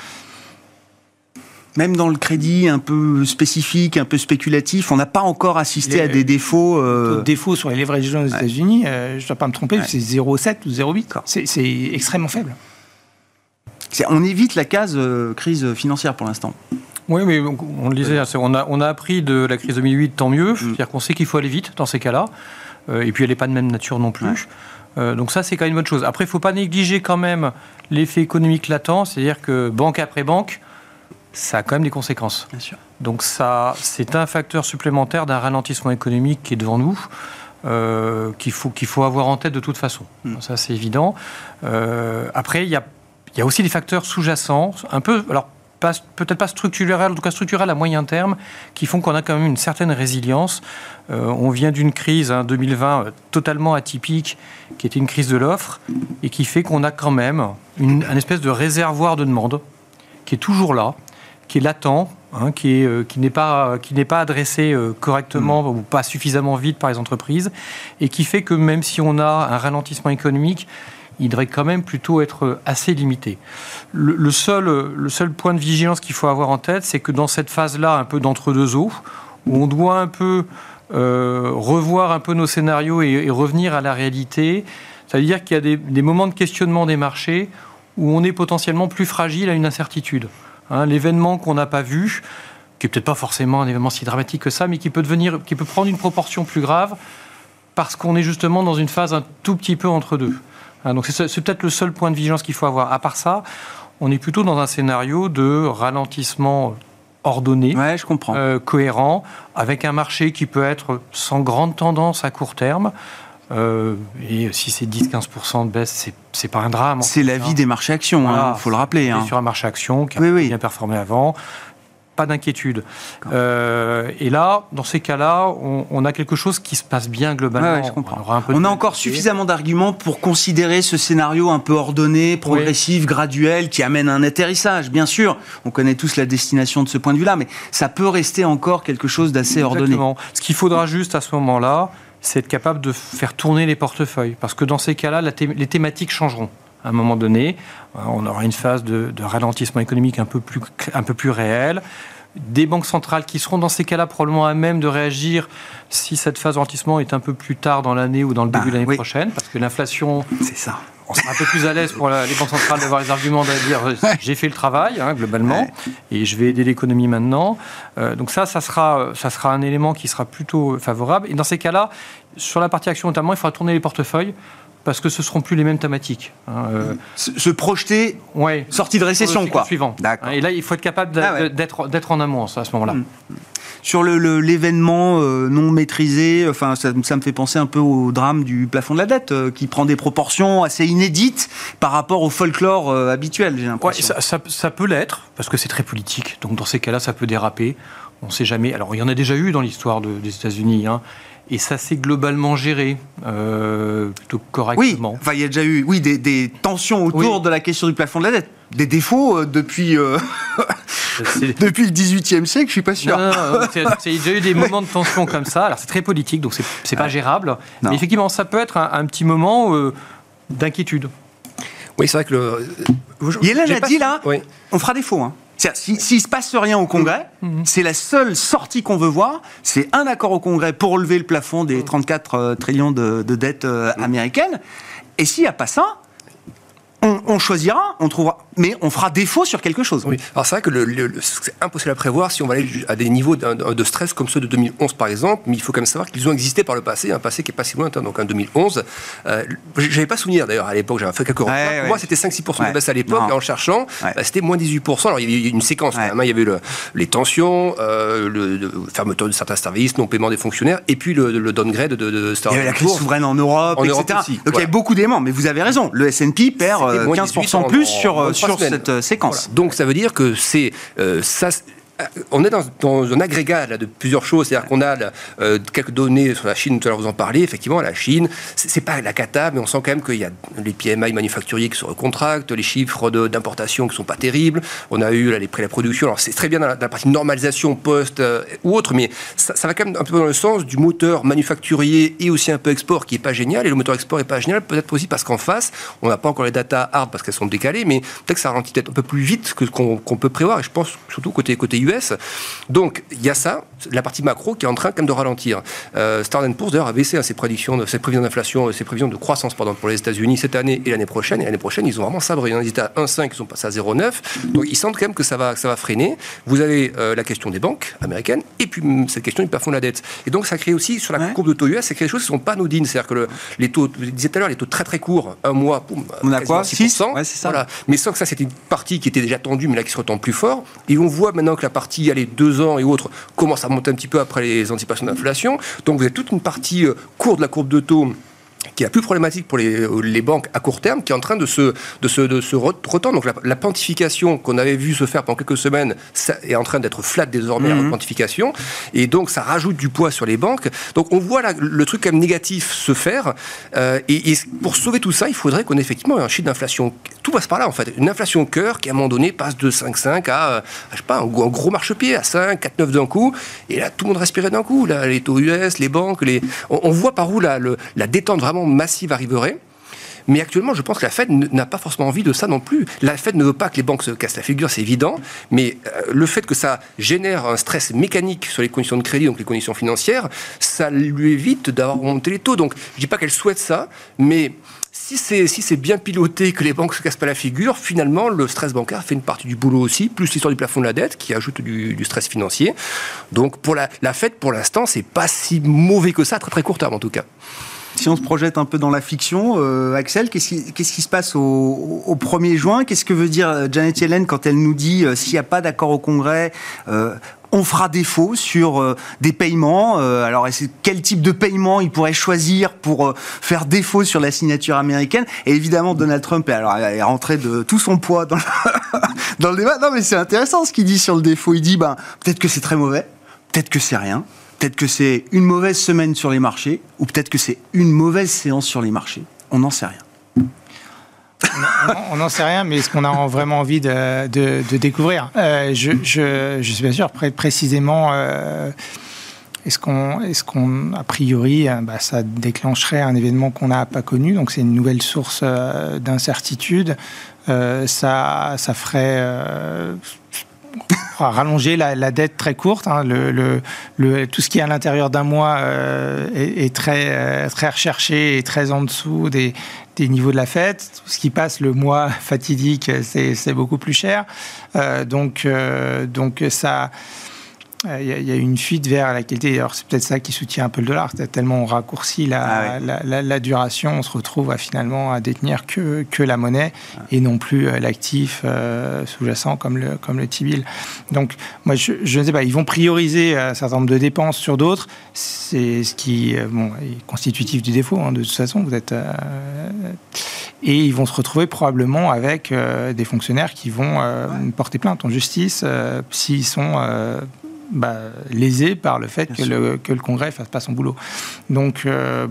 Même dans le crédit un peu spécifique, un peu spéculatif, on n'a pas encore assisté les, à des défauts. Euh... Les défauts sur les leverage loans aux ouais. États-Unis, euh, je ne dois pas me tromper, ouais. c'est zéro virgule sept ou zéro virgule huit. C'est, c'est extrêmement faible. C'est, on évite la case euh, crise financière pour l'instant. Oui, mais on le disait, on a, on a appris de la crise deux mille huit, tant mieux. Mmh. C'est-à-dire qu'on sait qu'il faut aller vite dans ces cas-là. Euh, et puis, elle n'est pas de même nature non plus. Ouais. Euh, donc ça, c'est quand même une bonne chose. Après, il ne faut pas négliger quand même l'effet économique latent. C'est-à-dire que banque après banque, ça a quand même des conséquences. Bien sûr. Donc ça, c'est un facteur supplémentaire d'un ralentissement économique qui est devant nous. Euh, qu'il faut, qu'il faut avoir en tête de toute façon. Mmh. Ça, c'est évident. Euh, après, il y a, y a aussi des facteurs sous-jacents, un peu... Alors, pas, peut-être pas structurelles, en tout cas structurelles à moyen terme, qui font qu'on a quand même une certaine résilience. Euh, on vient d'une crise, hein, deux mille vingt, euh, totalement atypique, qui était une crise de l'offre, et qui fait qu'on a quand même une, un espèce de réservoir de demande qui est toujours là, qui est latent, hein, qui, est, euh, qui, n'est pas, qui n'est pas adressé euh, correctement mmh. ou pas suffisamment vite par les entreprises, et qui fait que même si on a un ralentissement économique, il devrait quand même plutôt être assez limité. Le, le, seul, le seul point de vigilance qu'il faut avoir en tête, c'est que dans cette phase-là, un peu d'entre-deux eaux, où on doit un peu euh, revoir un peu nos scénarios et, et revenir à la réalité, ça veut dire qu'il y a des, des moments de questionnement des marchés où on est potentiellement plus fragile à une incertitude. Hein, l'événement qu'on n'a pas vu, qui n'est peut-être pas forcément un événement si dramatique que ça, mais qui peut, devenir, qui peut prendre une proportion plus grave parce qu'on est justement dans une phase un tout petit peu entre deux. Hein, donc c'est, c'est peut-être le seul point de vigilance qu'il faut avoir. À part ça, on est plutôt dans un scénario de ralentissement ordonné, ouais, je comprends. Euh, cohérent, avec un marché qui peut être sans grande tendance à court terme. Euh, et si c'est dix à quinze pour cent de baisse, c'est, c'est pas un drame. C'est la vie des marchés actions, il voilà, hein, faut le rappeler. On hein. est sur un marché action qui a oui, oui. bien performé avant. Pas d'inquiétude. Euh, et là, dans ces cas-là, on, on a quelque chose qui se passe bien globalement. Ouais, ouais, je comprends. On, aura un peu on de a encore suffisamment d'arguments pour considérer ce scénario un peu ordonné, progressif, oui. graduel, qui amène un atterrissage, bien sûr. On connaît tous la destination de ce point de vue-là, mais ça peut rester encore quelque chose d'assez ordonné. Exactement. Ce qu'il faudra juste à ce moment-là, c'est être capable de faire tourner les portefeuilles. Parce que dans ces cas-là, la thé- les thématiques changeront. À un moment donné, on aura une phase de, de ralentissement économique un peu plus, un peu plus réelle. Des banques centrales qui seront dans ces cas-là probablement à même de réagir si cette phase de ralentissement est un peu plus tard dans l'année ou dans le début bah, de l'année oui. prochaine. Parce que l'inflation... C'est ça. On sera un peu plus à l'aise pour la, les banques centrales d'avoir les arguments de dire j'ai fait le travail hein, globalement ouais. et je vais aider l'économie maintenant. Euh, donc ça, ça sera, ça sera un élément qui sera plutôt favorable. Et dans ces cas-là, sur la partie action notamment, il faudra tourner les portefeuilles parce que ce ne seront plus les mêmes thématiques. Hein, euh, se, se projeter, ouais, sortie de récession, quoi. Suivant. D'accord. Et là, il faut être capable ah ouais. d'être, d'être en amont à ce moment-là. Mmh. Sur le, le, l'événement euh, non maîtrisé, enfin, ça, ça me fait penser un peu au drame du plafond de la dette, euh, qui prend des proportions assez inédites par rapport au folklore euh, habituel, j'ai l'impression. Ouais, ça, ça, ça peut l'être, parce que c'est très politique. Donc dans ces cas-là, ça peut déraper. On ne sait jamais. Alors, il y en a déjà eu dans l'histoire de, des États-Unis, hein, et ça s'est globalement géré euh, plutôt correctement. Oui, enfin, il y a déjà eu oui, des, des tensions autour oui. de la question du plafond de la dette. Des défauts euh, depuis, euh, depuis le dix-huitième siècle, je ne suis pas sûr. Non, non, non, c'est, c'est, il y a déjà eu des moments de tension comme ça. Alors, c'est très politique, donc c'est, c'est pas gérable. Non. Mais effectivement, ça peut être un, un petit moment euh, d'inquiétude. Oui, c'est vrai que le... Yellen a dit, là, oui. on fera défaut, hein. S'il si, ne se passe rien au Congrès, mmh. c'est la seule sortie qu'on veut voir, c'est un accord au Congrès pour relever le plafond des trente-quatre euh, trillions de, de dettes euh, mmh. américaines. Et s'il n'y a pas ça, on, on choisira, on trouvera, mais on fera défaut sur quelque chose. Oui. Alors c'est vrai que le, le, le, c'est impossible à prévoir si on va aller à des niveaux de, de stress comme ceux de deux mille onze par exemple, mais il faut quand même savoir qu'ils ont existé par le passé, un passé qui n'est pas si lointain, donc en deux mille onze. Euh, j'avais pas souvenir d'ailleurs à l'époque, j'avais fait quelques repas. Ouais, pour ouais. moi c'était cinq à six pour cent ouais. de baisse à l'époque, non. et en cherchant, ouais. bah, c'était moins dix-huit pour cent. Alors il y avait une séquence ouais. quand même, hein. Il y avait le, les tensions, euh, le, le fermeture de certains services, non-paiement des fonctionnaires, et puis le, le downgrade de, de Standard and Poor's. Il y avait la crise souveraine en Europe, en et cetera. Europe aussi, donc voilà. il y avait beaucoup d'éléments, mais vous avez raison, le S and P perd euh, quinze pour cent plus sur, en, en sur cette euh, séquence. Voilà. Donc ça veut dire que c'est euh, ça. On est dans, dans un agrégat là, de plusieurs choses, c'est-à-dire qu'on a là, euh, quelques données sur la Chine, tout à l'heure vous en parlez, effectivement la Chine, c'est, c'est pas la cata, mais on sent quand même qu'il y a les P M I manufacturiers qui se recontractent, les chiffres de, d'importation qui sont pas terribles, on a eu là, les prix de la production, alors c'est très bien dans la, dans la partie normalisation post euh, ou autre, mais ça, ça va quand même un peu dans le sens du moteur manufacturier et aussi un peu export qui est pas génial, et le moteur export est pas génial, peut-être aussi parce qu'en face, on n'a pas encore les data hard parce qu'elles sont décalées, mais peut-être que ça ralentit peut-être un peu plus vite que ce qu'on, qu'on peut prévoir, et je pense surtout côté, côté U S. Donc il y a ça, la partie macro qui est en train quand même de ralentir. Euh, Standard and Poor's d'ailleurs a baissé hein, ses prédictions, ses prévisions d'inflation, ses prévisions de croissance pardon, pour les États-Unis cette année et l'année prochaine. Et l'année prochaine, ils ont vraiment sabré. Ils étaient à un virgule cinq, ils sont passés à zéro virgule neuf. Donc ils sentent quand même que ça va, que ça va freiner. Vous avez euh, la question des banques américaines et puis cette question du plafond de la dette. Et donc ça crée aussi sur la ouais. courbe de taux U S, ça crée des choses qui ne sont pas anodines. C'est-à-dire que le, les taux, je disais tout à l'heure, les taux très très courts, un mois, boum, on a quoi six pour cent. Ouais, c'est ça. Voilà. Mais sans que ça, c'était une partie qui était déjà tendue, mais là qui se retend plus fort. Et on voit maintenant que la partie, allez, deux ans et autres, commence à monter un petit peu après les anticipations d'inflation. Donc vous avez toute une partie euh, courte de la courbe de taux qui est la plus problématique pour les, les banques à court terme, qui est en train de se, de se, de se retendre. Donc la, la pontification qu'on avait vu se faire pendant quelques semaines ça est en train d'être flat désormais, mmh. la pontification, et donc ça rajoute du poids sur les banques. Donc on voit là, le truc quand même négatif se faire, euh, et, et pour sauver tout ça, il faudrait qu'on ait effectivement un chiffre d'inflation. Tout passe par là en fait. Une inflation cœur qui à un moment donné passe de cinq virgule cinq à, à je sais pas, un gros, un gros marchepied à cinq, quatre, neuf d'un coup, et là tout le monde respirait d'un coup. Là, les taux U S, les banques, les... On, on voit par où la, le, la détente vraiment massive arriverait. Mais actuellement, je pense que la Fed n'a pas forcément envie de ça non plus. La Fed ne veut pas que les banques se cassent la figure, c'est évident. Mais euh, le fait que ça génère un stress mécanique sur les conditions de crédit, donc les conditions financières, ça lui évite d'avoir remonté les taux. Donc, je ne dis pas qu'elle souhaite ça, mais si c'est, si c'est bien piloté, que les banques ne se cassent pas la figure, finalement, le stress bancaire fait une partie du boulot aussi, plus l'histoire du plafond de la dette qui ajoute du, du stress financier. Donc, pour la, la Fed, pour l'instant, c'est pas si mauvais que ça, à très très court terme en tout cas. Si on se projette un peu dans la fiction, euh, Axel, qu'est-ce qui, qu'est-ce qui se passe au, au premier juin ? Qu'est-ce que veut dire Janet Yellen quand elle nous dit euh, s'il n'y a pas d'accord au Congrès, euh, on fera défaut sur euh, des paiements. Euh, alors, quel type de paiement il pourrait choisir pour euh, faire défaut sur la signature américaine ? Et évidemment, Donald Trump est, alors, est rentré de tout son poids dans le, dans le débat. Non, mais c'est intéressant ce qu'il dit sur le défaut. Il dit, ben, peut-être que c'est très mauvais, peut-être que c'est rien. Peut-être que c'est une mauvaise semaine sur les marchés, ou peut-être que c'est une mauvaise séance sur les marchés. On n'en sait rien. On n'en sait rien, mais est-ce qu'on a vraiment envie de, de, de découvrir ? euh, je, je, je suis bien sûr, pré- précisément, euh, est-ce qu'on, est-ce qu'on, a priori, euh, bah, ça déclencherait un événement qu'on n'a pas connu, donc c'est une nouvelle source euh, d'incertitude. Euh, ça, ça ferait... Euh, rallonger la, la dette très courte. Hein, le, le, le, tout ce qui est à l'intérieur d'un mois euh, est, est très, euh, très recherché et très en dessous des, des niveaux de la Fed. Tout ce qui passe le mois fatidique, c'est, c'est beaucoup plus cher. Euh, donc, euh, donc ça... Il euh, y, y a une fuite vers la qualité. Alors, c'est peut-être ça qui soutient un peu le dollar. Tellement on raccourcit la, ah ouais. la, la, la duration, on se retrouve à finalement à détenir que, que la monnaie ah. et non plus euh, l'actif euh, sous-jacent comme le, comme le T-bill. Donc, moi, je, je ne sais pas. Ils vont prioriser un certain nombre de dépenses sur d'autres. C'est ce qui euh, bon, est constitutif du défaut. Hein, de toute façon, vous êtes... Euh, et ils vont se retrouver probablement avec euh, des fonctionnaires qui vont euh, ouais. porter plainte en justice euh, s'ils sont... Euh, Bah, lésé par le fait que le, que le Congrès ne fasse pas son boulot. Donc, euh,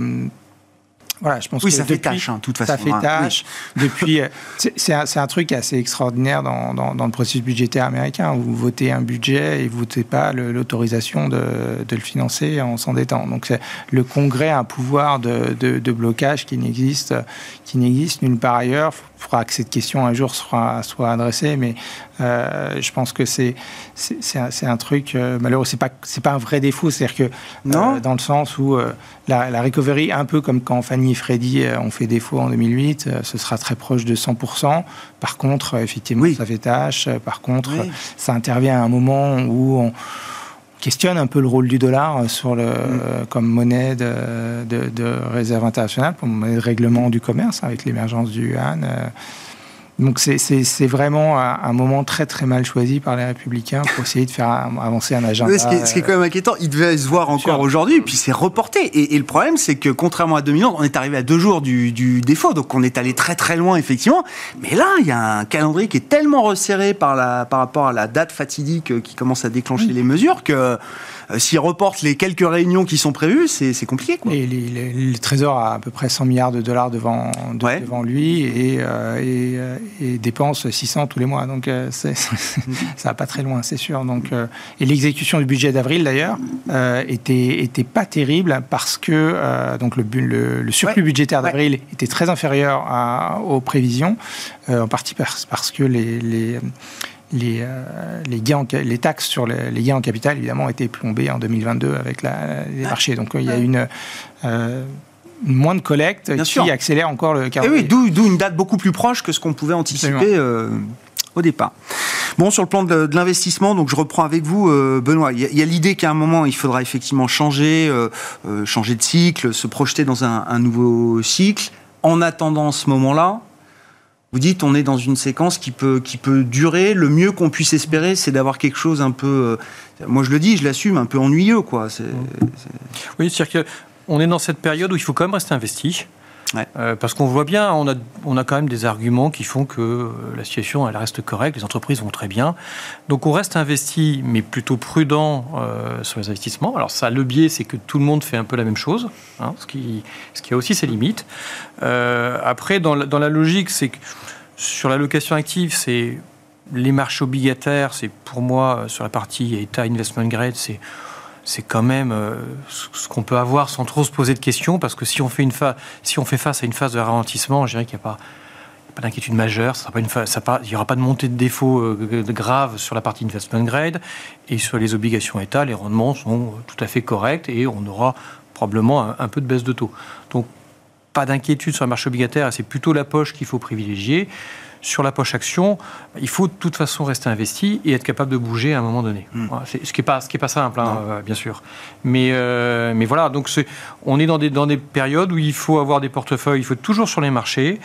voilà, je pense oui, que ça depuis, fait tâche, hein, toute façon. Ça fait tâche. Oui. Depuis, c'est, c'est, un, c'est un truc assez extraordinaire dans, dans, dans le processus budgétaire américain. Vous votez un budget et vous ne votez pas le, l'autorisation de, de le financer en s'endettant. Donc, c'est, le Congrès a un pouvoir de, de, de blocage qui n'existe, qui n'existe nulle part ailleurs. Il faudra que cette question un jour soit, soit adressée, mais euh, je pense que c'est, c'est, c'est, un, c'est un truc euh, malheureux. Ce n'est pas, c'est pas un vrai défaut, c'est-à-dire que non. Euh, dans le sens où euh, la, la recovery, un peu comme quand Fannie et Freddie euh, ont fait défaut en deux mille huit, euh, ce sera très proche de cent pour cent. Par contre, euh, effectivement, oui. ça fait tâche. Par contre, oui. euh, ça intervient à un moment où on questionne un peu le rôle du dollar sur le, mmh. euh, comme monnaie de, de, de réserve internationale, comme monnaie de règlement du commerce, avec l'émergence du yuan. Euh. Donc c'est, c'est, c'est vraiment un, un moment très très mal choisi par les Républicains pour essayer de faire avancer un agenda. Oui, ce, qui est, ce qui est quand même inquiétant, il devait se voir encore sûr. aujourd'hui, puis c'est reporté. Et, et le problème, c'est que contrairement à deux mille onze, on est arrivé à deux jours du, du défaut, donc on est allé très très loin effectivement. Mais là, il y a un calendrier qui est tellement resserré par, la, par rapport à la date fatidique qui commence à déclencher oui. les mesures que euh, s'il reporte les quelques réunions qui sont prévues, c'est, c'est compliqué, quoi. Et les, les, le Trésor a à peu près cent milliards de dollars devant, de, ouais. devant lui et, euh, et, et dépense six cents tous les mois. Donc euh, c'est, c'est, ça va pas très loin, c'est sûr. Donc, euh, et l'exécution du budget d'avril, d'ailleurs, euh, était, était pas terrible parce que euh, donc le, le, le surplus ouais. budgétaire d'avril ouais. était très inférieur à, aux prévisions, euh, en partie parce, parce que les... les Les, euh, les, gains en, les taxes sur les, les gains en capital, évidemment, ont été plombées en deux mille vingt-deux avec la, les marchés. Donc, il y a une, euh, moins de collecte Bien qui sûr. accélère encore le calendrier. Et oui, d'où, d'où une date beaucoup plus proche que ce qu'on pouvait anticiper euh, au départ. Bon, sur le plan de, de l'investissement, donc je reprends avec vous, euh, Benoît. Il y, y a l'idée qu'à un moment, il faudra effectivement changer, euh, euh, changer de cycle, se projeter dans un, un nouveau cycle. En attendant ce moment-là, vous dites, on est dans une séquence qui peut, qui peut durer. Le mieux qu'on puisse espérer, c'est d'avoir quelque chose un peu... Euh, moi, je le dis, je l'assume, un peu ennuyeux, quoi. C'est, c'est... Oui, c'est-à-dire qu'on est dans cette période où il faut quand même rester investi. Ouais. Euh, parce qu'on voit bien, on a, on a quand même des arguments qui font que euh, la situation elle reste correcte, les entreprises vont très bien. Donc on reste investi, mais plutôt prudent euh, sur les investissements. Alors ça, le biais, c'est que tout le monde fait un peu la même chose, hein, ce, qui, ce qui a aussi ses limites. Euh, après, dans la, dans la logique, c'est que sur l'allocation active, c'est les marchés obligataires, c'est pour moi, sur la partie État Investment Grade, c'est... c'est quand même euh, ce qu'on peut avoir sans trop se poser de questions, parce que si on fait, une fa- si on fait face à une phase de ralentissement, je dirais qu'il n'y a pas, pas d'inquiétude majeure, ça sera pas une fa- ça pas, il n'y aura pas de montée de défaut euh, grave sur la partie investment grade, et sur les obligations État, les rendements sont tout à fait corrects, et on aura probablement un, un peu de baisse de taux. Donc, pas d'inquiétude sur le marché obligataire, c'est plutôt la poche qu'il faut privilégier. Sur la poche action, il faut de toute façon rester investi et être capable de bouger à un moment donné. Mmh. Voilà, c'est, ce qui n'est pas, ce qui est pas simple, hein, euh, bien sûr. Mais, euh, mais voilà, donc c'est, on est dans des, dans des périodes où il faut avoir des portefeuilles, il faut être toujours sur les marchés,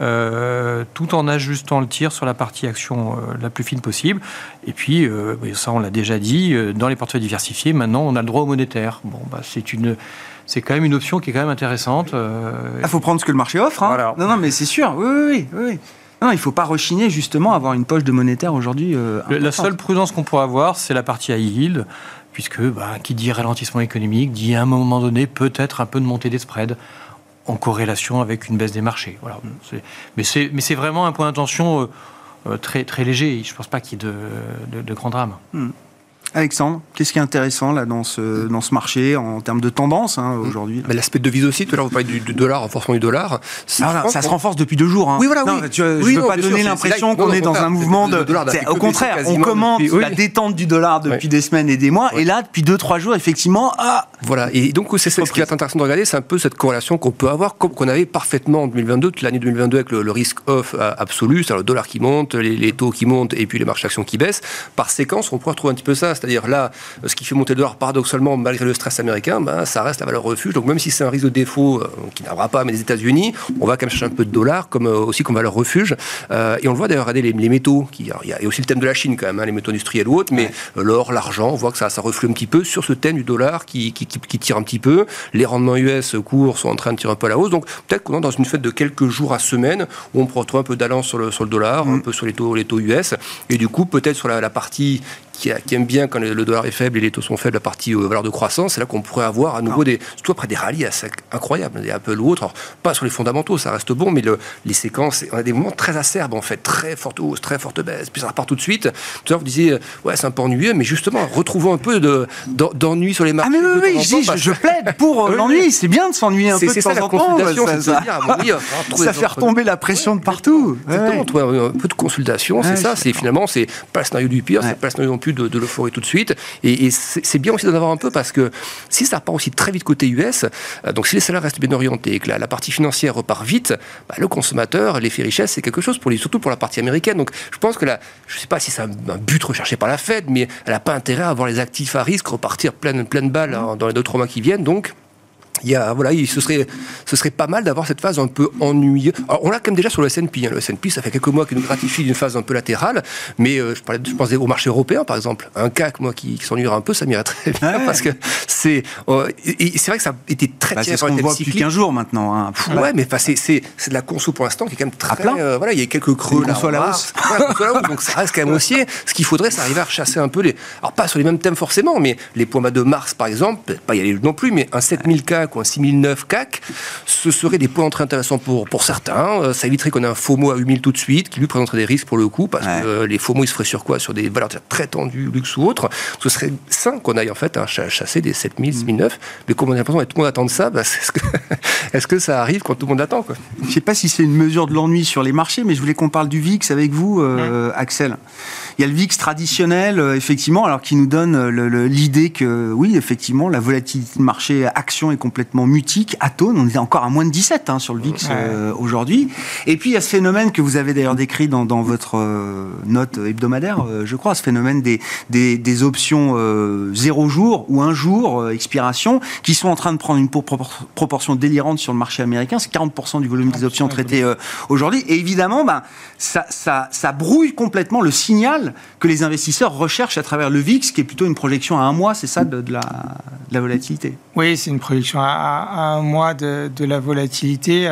euh, tout en ajustant le tir sur la partie action euh, la plus fine possible. Et puis, euh, ça on l'a déjà dit, euh, dans les portefeuilles diversifiés, maintenant on a le droit au monétaire. Bon, bah, c'est une... C'est quand même une option qui est quand même intéressante. Il euh... faut prendre ce que le marché offre. Hein. Voilà. Non, non, mais c'est sûr. Oui, oui, oui. oui. Non, il ne faut pas rechigner justement à avoir une poche de monétaire aujourd'hui. Euh, la seule prudence qu'on pourrait avoir, c'est la partie high yield, puisque bah, qui dit ralentissement économique, dit à un moment donné peut-être un peu de montée des spreads en corrélation avec une baisse des marchés. Voilà. C'est, mais, c'est, mais c'est vraiment un point d'attention euh, très, très léger. Je ne pense pas qu'il y ait de, de, de grands drames. Hmm. Alexandre, qu'est-ce qui est intéressant là, dans, ce, dans ce marché en termes de tendance hein, aujourd'hui bah, l'aspect de devise aussi, tout à l'heure vous parlez du, du dollar, renforcement du dollar. Ah, là, ça se renforce depuis deux jours. Hein. Oui, voilà, non, oui. Tu, je oui, ne veux non, pas donner sûr, l'impression là, qu'on non, est dans un mouvement de... dollar, au contraire, on commente depuis, oui. la détente du dollar depuis ouais. des semaines et des mois, ouais. et là, depuis deux, trois jours, effectivement, ah voilà, et donc c'est ce qui est intéressant de regarder, c'est un peu cette corrélation qu'on peut avoir, comme qu'on avait parfaitement en deux mille vingt-deux, toute l'année deux mille vingt-deux avec le, le risque off absolu, c'est-à-dire le dollar qui monte, les, les taux qui montent, et puis les marchés actions qui baissent. Par séquence, on pourrait retrouver un petit peu ça, c'est-à-dire là, ce qui fait monter le dollar paradoxalement, malgré le stress américain, ben, ça reste la valeur refuge. Donc même si c'est un risque de défaut euh, qui n'aura pas, mais les États-Unis, on va quand même chercher un peu de dollars comme euh, aussi comme valeur refuge. Euh, et on le voit d'ailleurs, regardez les, les métaux. Il y a aussi le thème de la Chine quand même, hein, les métaux industriels ou autres, mais ouais. euh, l'or, l'argent, on voit que ça, ça reflue un petit peu sur ce thème du dollar qui, qui, qui, qui tire un petit peu. Les rendements U S courts sont en train de tirer un peu à la hausse. Donc peut-être qu'on est dans une fête de quelques jours à semaine où on peut retrouver un peu d'allance sur le, sur le dollar, mmh. un peu sur les taux, les taux U S. Et du coup, peut-être sur la, la partie Qui, a, qui aime bien quand le, le dollar est faible et les taux sont faibles, la partie euh, valeur de croissance, c'est là qu'on pourrait avoir à nouveau des, surtout après des rallyes assez incroyables, des Apple ou autres, alors, pas sur les fondamentaux, ça reste bon, mais le, les séquences, on a des moments très acerbes en fait, très forte hausse, très forte baisse, puis ça repart tout de suite. Tout à l'heure vous disiez, ouais c'est un peu ennuyeux, mais justement, retrouvons un peu de, d'ennui sur les marchés. Ah mais oui, oui, oui je, je, je plaide pour euh, l'ennui, c'est bien de s'ennuyer un c'est, peu c'est de ça, temps en temps. Ça, ça, dire, bon, oui, ça fait retomber la pression ouais, de partout. Exactement, ouais. trouver un peu de consultation, ouais, c'est ça, c'est finalement, c'est pas le scénario du pire, ouais. c'est pas le scénario non plus de, de l'euphorie tout de suite, et, et c'est, c'est bien aussi d'en avoir un peu parce que si ça repart aussi très vite côté U S, euh, donc si les salaires restent bien orientés et que la, la partie financière repart vite, bah, le consommateur, l'effet richesse, c'est quelque chose pour les, surtout pour la partie américaine. Donc je pense que là, je ne sais pas si c'est un, un but recherché par la Fed, mais elle n'a pas intérêt à avoir les actifs à risque repartir pleine, pleine balle hein, dans les deux trois mois qui viennent. Donc Il y a, voilà, il, ce, serait, ce serait pas mal d'avoir cette phase un peu ennuyeuse. Alors, on l'a quand même déjà sur le S and P. Hein. Le S and P, ça fait quelques mois qu'il nous gratifie d'une phase un peu latérale. Mais euh, je, parlais, je pensais au marché européen, par exemple. Un C A C, moi, qui, qui s'ennuierait un peu, ça m'irait très bien. Ah ouais. Parce que c'est, euh, et, et c'est vrai que ça a été très bah, tiré par le thème cyclique. C'est ce qu'on voit depuis quinze jours maintenant. Hein. Ouais, ouais, mais c'est, c'est, c'est de la conso pour l'instant qui est quand même très... Euh, voilà, il y a quelques creux là. Conso à la hausse. Voilà, conso à la hausse. Donc ça reste quand même haussier. Ce qu'il faudrait, c'est arriver à rechasser un peu les... Alors, pas sur les mêmes thèmes forcément, mais les points bas de mars, par exemple, pas y aller non plus, mais un sept mille C A C ou un six mille neuf C A C, ce seraient des points très intéressants pour, pour certains. Ça éviterait qu'on ait un FOMO à huit mille tout de suite, qui lui présenterait des risques pour le coup, parce ouais. que euh, les FOMO, ils se feraient sur quoi? Sur des valeurs très tendues, luxe ou autres. Ce serait sain qu'on aille en fait hein, chasser des sept mille, six mille neuf. Mais comme on a l'impression que tout le monde attend de ça, bah, est-ce, que, est-ce que ça arrive quand tout le monde attend quoi? Je ne sais pas si c'est une mesure de l'ennui sur les marchés, mais je voulais qu'on parle du V I X avec vous, euh, ouais. Axel. Il y a le V I X traditionnel, euh, effectivement, alors qui nous donne le, le, l'idée que, oui, effectivement, la volatilité de marché action est complètement mutique, atone. On est encore à moins de dix-sept hein, sur le V I X ouais. euh, aujourd'hui. Et puis, il y a ce phénomène que vous avez d'ailleurs décrit dans, dans votre euh, note hebdomadaire, euh, je crois, ce phénomène des, des, des options euh, zéro jour ou un jour euh, expiration, qui sont en train de prendre une propor- proportion délirante sur le marché américain. C'est quarante pour cent du volume des options traitées euh, aujourd'hui. Et évidemment, ben, ça, ça, ça brouille complètement le signal que les investisseurs recherchent à travers le V I X, qui est plutôt une projection à un mois, c'est ça, de, de, la, de la volatilité? Oui, c'est une projection à, à un mois de, de la volatilité. Alors,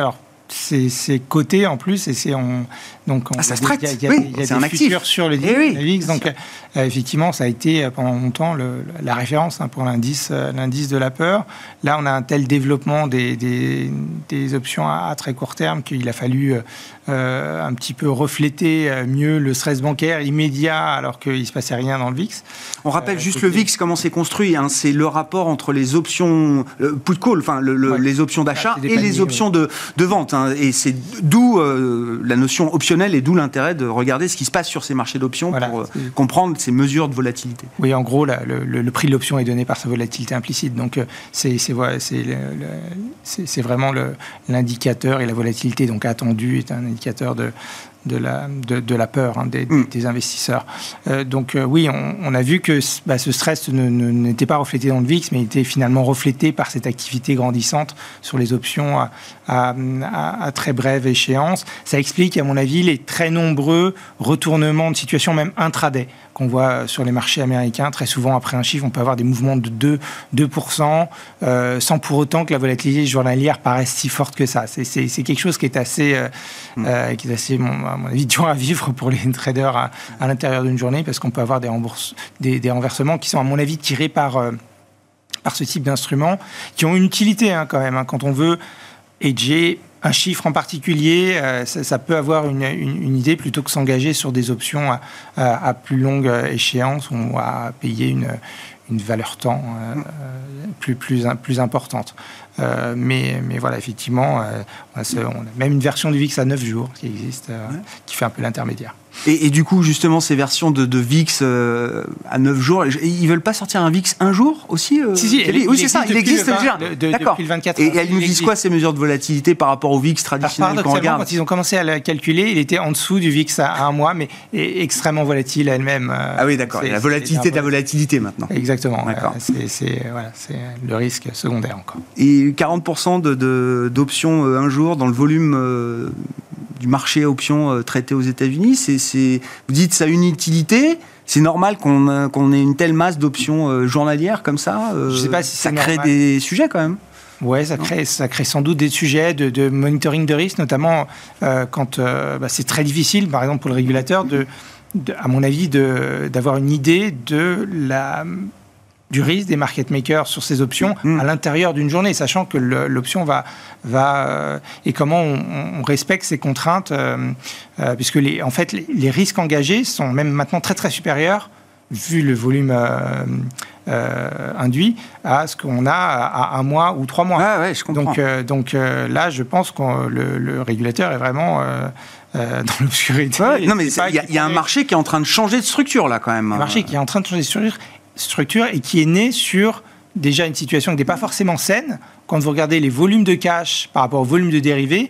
c'est, c'est coté en plus et c'est on, donc on, ah, ça se traite. Il y a, il y a, oui, il y a c'est des un futurs actif sur le, eh oui, le V I X. Donc euh, effectivement, ça a été pendant longtemps le, la référence hein, pour l'indice, euh, l'indice de la peur. Là, on a un tel développement des, des, des options à, à très court terme qu'il a fallu euh, un petit peu refléter mieux le stress bancaire immédiat alors qu'il ne se passait rien dans le V I X. On rappelle euh, juste le V I X, comment c'est construit. Hein, c'est le rapport entre les options le put call, enfin le, le, ouais. les options d'achat ah, et paniers, les options ouais. de, de vente. Hein, et c'est d'où euh, la notion optionnelle et d'où l'intérêt de regarder ce qui se passe sur ces marchés d'options voilà, pour euh, comprendre ces mesures de volatilité. Oui, en gros, la, le, le prix de l'option est donné par sa volatilité implicite. Donc c'est, c'est, voilà, c'est, le, le, c'est, c'est vraiment le, l'indicateur et la volatilité donc attendue est un indicateur de de la, de, de la peur hein, des, mmh. des investisseurs. Euh, donc euh, oui, on, on a vu que bah, ce stress ne, ne, n'était pas reflété dans le V I X, mais était finalement reflété par cette activité grandissante sur les options à, à, à, à très brève échéance. Ça explique, à mon avis, les très nombreux retournements de situation, même intraday, qu'on voit sur les marchés américains. Très souvent, après un chiffre, on peut avoir des mouvements de deux, deux pour cent, euh, sans pour autant que la volatilité journalière paraisse si forte que ça. C'est, c'est, c'est quelque chose qui est assez, euh, mmh. euh, qui est assez bon, à mon avis, dur à vivre pour les traders à, à l'intérieur d'une journée, parce qu'on peut avoir des, rembourse, des, des renversements qui sont, à mon avis, tirés par, euh, par ce type d'instruments, qui ont une utilité hein, quand même. Hein, quand on veut hedger un chiffre en particulier, euh, ça, ça peut avoir une, une, une idée plutôt que s'engager sur des options à, à, à plus longue échéance où on va payer une, une valeur temps euh, plus, plus, plus importante. Euh, mais, mais voilà, effectivement, euh, on, a ce, on a même une version du V I X à neuf jours qui existe, euh, ouais. qui fait un peu l'intermédiaire. Et, et du coup, justement, ces versions de, de V I X euh, à neuf jours, ils ne veulent pas sortir un V I X un jour aussi euh, Si, si, il, il, oui, c'est ça, il existe déjà. De, de, D'accord. Depuis le vingt-quatre heures. Et elles nous disent quoi, ces mesures de volatilité par rapport au V I X traditionnel qu'on regarde ? Quand ils ont commencé à le calculer, il était en dessous du V I X à, à un mois, mais extrêmement volatile elle-même. Euh, ah oui, d'accord, il y a la volatilité de la volatilité maintenant. Exactement, d'accord. Euh, c'est, c'est, voilà, c'est le risque secondaire encore. Et quarante pour cent de, de, d'options euh, un jour dans le volume euh, du marché options euh, traité aux États-Unis, c'est, c'est, vous dites ça a une utilité. C'est normal qu'on, euh, qu'on ait une telle masse d'options euh, journalières comme ça. Euh, Je sais pas si ça c'est crée normal. Des sujets quand même. Oui, ça crée, ça crée sans doute des sujets de, de monitoring de risque, notamment euh, quand euh, bah, c'est très difficile, par exemple pour le régulateur, de, de, à mon avis, de, d'avoir une idée de la... du risque des market makers sur ces options mmh. à l'intérieur d'une journée, sachant que le, l'option va... va euh, et comment on, on respecte ces contraintes, euh, euh, puisque les, en fait, les, les risques engagés sont même maintenant très, très supérieurs, vu le volume euh, euh, induit, à ce qu'on a à un mois ou trois mois. Ah ouais, je comprends. Donc, euh, donc euh, là, je pense que le, le régulateur est vraiment... Euh, Euh, dans l'obscurité. Ouais, non, mais il y, y a un marché qui est en train de changer de structure, là, quand même. Un marché qui est en train de changer de structure, structure et qui est né sur déjà une situation qui n'est pas forcément saine. Quand vous regardez les volumes de cash par rapport au volume de dérivés,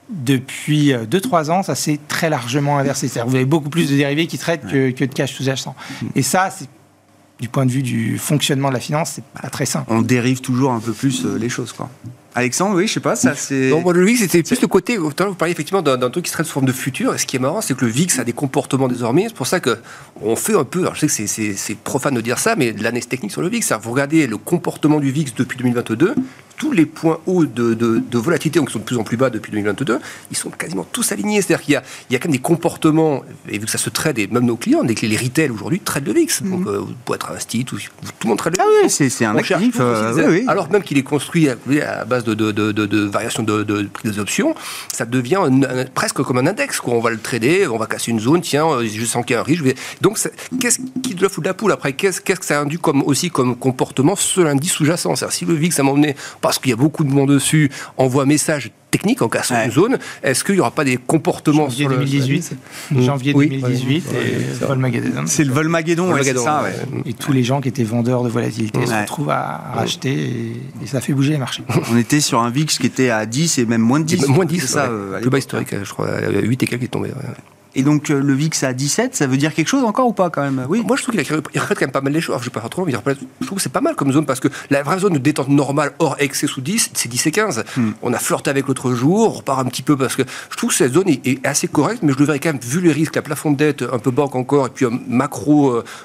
depuis deux à trois ans, ça s'est très largement inversé. C'est-à-dire que vous avez beaucoup plus de dérivés qui traitent que, que de cash sous-jacent. Et ça, c'est, du point de vue du fonctionnement de la finance, c'est pas très simple. On dérive toujours un peu plus euh, les choses, quoi. Alexandre, oui, je sais pas, ça c'est... Non, bon, le V I X, c'était plus le côté... Vous parliez effectivement d'un, d'un truc qui se traite sous forme de futur. Et ce qui est marrant, c'est que le V I X a des comportements désormais. C'est pour ça qu'on fait un peu... Alors, je sais que c'est, c'est, c'est profane de dire ça, mais de l'analyse technique sur le V I X. Vous regardez le comportement du V I X depuis deux mille vingt-deux, tous les points hauts de, de, de volatilité, donc qui sont de plus en plus bas depuis deux mille vingt-deux, ils sont quasiment tous alignés. C'est-à-dire qu'il y a, il y a quand même des comportements, et vu que ça se trade, et même nos clients, dès que les retail aujourd'hui traitent le V I X. Mm-hmm. Donc, euh, vous pouvez être un stit, ou, tout le monde trade le V I X. Ah oui, c'est, c'est un actif. Euh, oui, oui. Alors même qu'il est construit à, à base de, de, de, de, de variation de, de prix des options, ça devient un, un, presque comme un index, quoi. On va le trader, on va casser une zone, tiens, je sens qu'il y a un risque. Vais... Donc, qu'est-ce qui doit foutre la poule après? Qu'est-ce, qu'est-ce que ça induit comme, aussi comme comportement sur l'indice sous-jacent? C'est-à-dire, si le V I X, à un moment donné, parce qu'il y a beaucoup de monde dessus, envoie un message technique en cassant ouais. une zone, est-ce qu'il n'y aura pas des comportements janvier sur deux mille dix-huit, le... Janvier oui. deux mille dix-huit, oui. et le Volmageddon. C'est le Volmageddon, ouais, c'est ça. Ouais. Et tous les gens qui étaient vendeurs de volatilité ouais. se retrouvent à racheter et, et ça fait bouger les marchés. On était sur un V I X qui était à dix et même moins de dix. Moins de dix, c'est ouais. ça. Euh, le bas historique, je crois, huit et quelques est tombé. Ouais. Et donc euh, le V I X à dix-sept, ça veut dire quelque chose encore ou pas quand même? Oui. Moi je trouve qu'il reflète quand même pas mal les choses. Alors, je ne vais pas trop long, mais reflète, je trouve que c'est pas mal comme zone parce que la vraie zone de détente normale hors excès sous dix, c'est dix et quinze. Hmm. On a flirté avec l'autre jour, on repart un petit peu parce que je trouve que cette zone est, est assez correcte, mais je le verrais quand même, vu les risques, la plafond de dette, un peu banque encore, et puis un macro. Euh,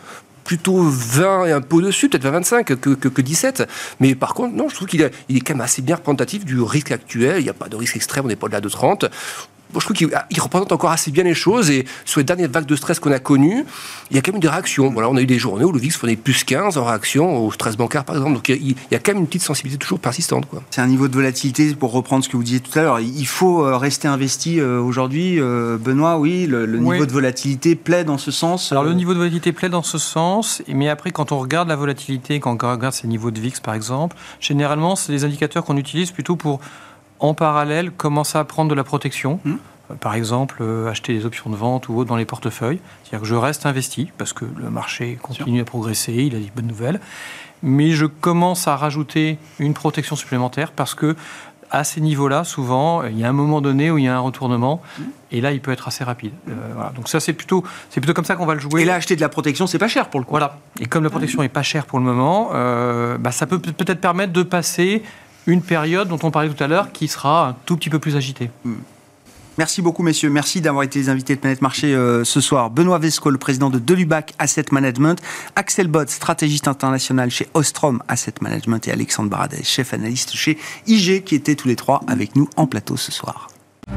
plutôt vingt et un peu au-dessus, peut-être vingt vingt-cinq que, que, que dix-sept. Mais par contre, non, je trouve qu'il est, il est quand même assez bien représentatif du risque actuel. Il n'y a pas de risque extrême, on n'est pas au-delà de trente. Bon, je trouve qu'il il représente encore assez bien les choses, et sur les dernières vagues de stress qu'on a connues, il y a quand même des réactions. Voilà, on a eu des journées où le V I X prenait plus quinze en réaction au stress bancaire, par exemple. Donc il y, a, il y a quand même une petite sensibilité toujours persistante, quoi. C'est un niveau de volatilité, pour reprendre ce que vous disiez tout à l'heure, il faut rester investi aujourd'hui. Benoît, oui, le, le niveau oui. de volatilité plaît dans ce sens. Alors le niveau de volatilité plaît dans ce sens, mais après, quand on regarde la volatilité, quand on regarde ces niveaux de V I X, par exemple, généralement, c'est des indicateurs qu'on utilise plutôt pour, en parallèle, commencer à prendre de la protection. Mmh. Par exemple, euh, acheter des options de vente ou autre dans les portefeuilles. C'est-à-dire que je reste investi parce que le marché continue à progresser, il a des bonnes nouvelles. Mais je commence à rajouter une protection supplémentaire parce que à ces niveaux-là, souvent, il y a un moment donné où il y a un retournement, et là, il peut être assez rapide. Euh, voilà. Donc ça, c'est plutôt, c'est plutôt comme ça qu'on va le jouer. Et là, acheter de la protection, c'est pas cher pour le coup. Voilà. Et comme la protection n'est pas chère pour le moment, euh, bah, ça peut peut-être permettre de passer une période dont on parlait tout à l'heure qui sera un tout petit peu plus agitée. Mmh. Merci beaucoup, messieurs. Merci d'avoir été les invités de Planète Marché euh, ce soir. Benoît Vesco, le président de Delubac Asset Management, Axel Bott, stratégiste international chez Ostrom Asset Management, et Alexandre Baradez, chef analyste chez I G, qui étaient tous les trois avec nous en plateau ce soir.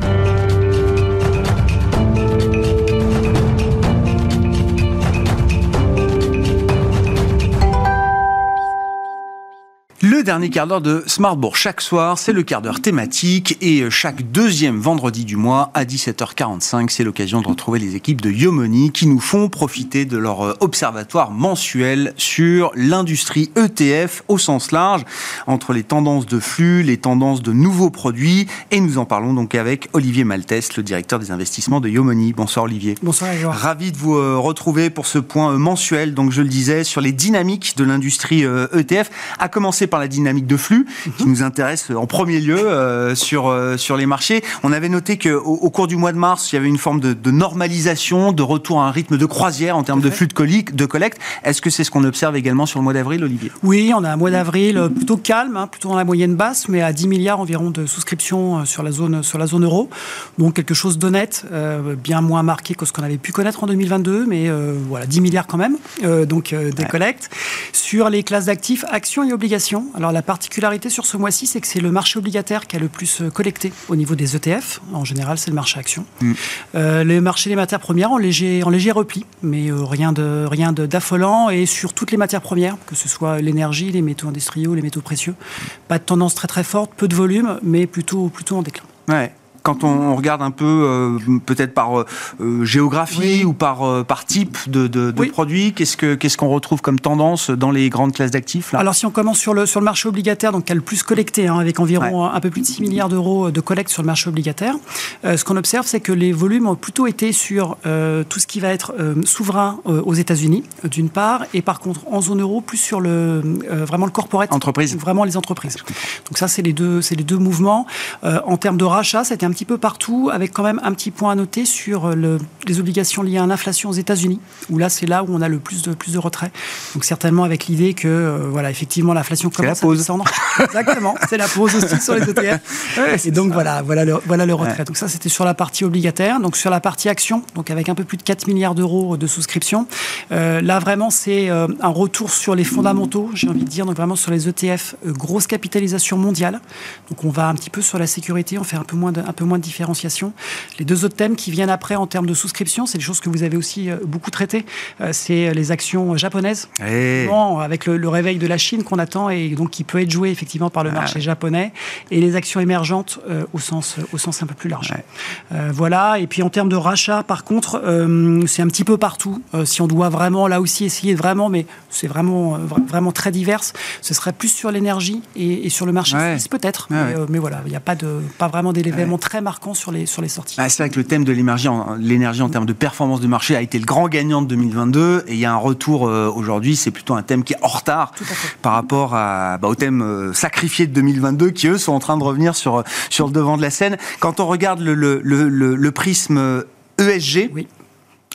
Le dernier quart d'heure de Smart Bourse. Chaque soir, c'est le quart d'heure thématique, et chaque deuxième vendredi du mois à dix-sept heures quarante-cinq, c'est l'occasion de retrouver les équipes de Yomoni qui nous font profiter de leur observatoire mensuel sur l'industrie E T F au sens large, entre les tendances de flux, les tendances de nouveaux produits, et nous en parlons donc avec Olivier Maltès, le directeur des investissements de Yomoni. Bonsoir Olivier. Bonsoir Grégoire. Ravi de vous retrouver pour ce point mensuel, donc je le disais, sur les dynamiques de l'industrie E T F, à commencer par la dynamique de flux qui nous intéresse en premier lieu euh, sur, euh, sur les marchés. On avait noté qu'au au cours du mois de mars, il y avait une forme de, de normalisation, de retour à un rythme de croisière en termes de flux de, colique, de collecte. Est-ce que c'est ce qu'on observe également sur le mois d'avril, Olivier ? Oui, on a un mois d'avril plutôt calme, hein, plutôt dans la moyenne basse, mais à dix milliards environ de souscriptions sur la zone, sur la zone euro. Donc quelque chose d'honnête, euh, bien moins marqué que ce qu'on avait pu connaître en deux mille vingt-deux, mais euh, voilà, dix milliards quand même, euh, donc euh, des ouais. collectes. Sur les classes d'actifs, actions et obligations. Alors la particularité sur ce mois-ci, c'est que c'est le marché obligataire qui a le plus collecté au niveau des E T F. En général, c'est le marché actions. Mmh. Euh, le marché des matières premières en léger, en léger repli, mais euh, rien de rien de, d'affolant. Et sur toutes les matières premières, que ce soit l'énergie, les métaux industriels, les métaux précieux, pas de tendance très très forte, peu de volume, mais plutôt plutôt en déclin. Ouais. Quand on regarde un peu, euh, peut-être par euh, géographie oui. ou par, euh, par type de, de, de oui. produits, qu'est-ce, que, qu'est-ce qu'on retrouve comme tendance dans les grandes classes d'actifs là ? Alors si on commence sur le, sur le marché obligataire, donc qui a le plus collecté, hein, avec environ ouais. un peu plus de six milliards d'euros de collecte sur le marché obligataire, euh, ce qu'on observe, c'est que les volumes ont plutôt été sur euh, tout ce qui va être euh, souverain euh, aux États-Unis, euh, d'une part, et par contre en zone euro, plus sur le, euh, vraiment le corporate, entreprise. Vraiment les entreprises. Donc ça, c'est les deux, c'est les deux mouvements. Euh, en termes de rachat, c'était un petit peu partout, avec quand même un petit point à noter sur le, les obligations liées à l'inflation aux États-Unis, où là, c'est là où on a le plus de, plus de retrait. Donc certainement avec l'idée que, euh, voilà, effectivement, l'inflation commence à descendre. Exactement, c'est la pause aussi sur les E T F. Ouais, et donc voilà, voilà le, voilà le retrait. Ouais. Donc ça, c'était sur la partie obligataire. Donc sur la partie action, donc avec un peu plus de quatre milliards d'euros de souscription. Euh, là, vraiment, c'est euh, un retour sur les fondamentaux, j'ai envie de dire, donc vraiment sur les E T F, euh, grosse capitalisation mondiale. Donc on va un petit peu sur la sécurité, on fait un peu moins de, un peu moins de différenciation. Les deux autres thèmes qui viennent après en termes de souscription, c'est des choses que vous avez aussi beaucoup traitées, c'est les actions japonaises. Hey. Bon, avec le, le réveil de la Chine qu'on attend et donc qui peut être joué effectivement par le marché ah. japonais, et les actions émergentes euh, au, sens, au sens un peu plus large. Ouais. Euh, voilà, et puis en termes de rachat, par contre, euh, c'est un petit peu partout. Euh, si on doit vraiment, là aussi, essayer de vraiment, mais c'est vraiment, euh, vraiment très divers, ce serait plus sur l'énergie et, et sur le marché ouais. suisse peut-être. Ouais, mais, ouais. Euh, mais voilà, il n'y a pas, de, pas vraiment d'éléments ouais. très marquants sur les, sur les sorties. Ah, c'est vrai que le thème de l'énergie en, l'énergie en termes de performance de marché a été le grand gagnant de deux mille vingt-deux, et il y a un retour euh, aujourd'hui, c'est plutôt un thème qui est en retard par rapport à, bah, au thème euh, sacrifié de deux mille vingt-deux, qui eux sont en train de revenir sur, sur le devant de la scène. Quand on regarde le, le, le, le, le prisme E S G, oui.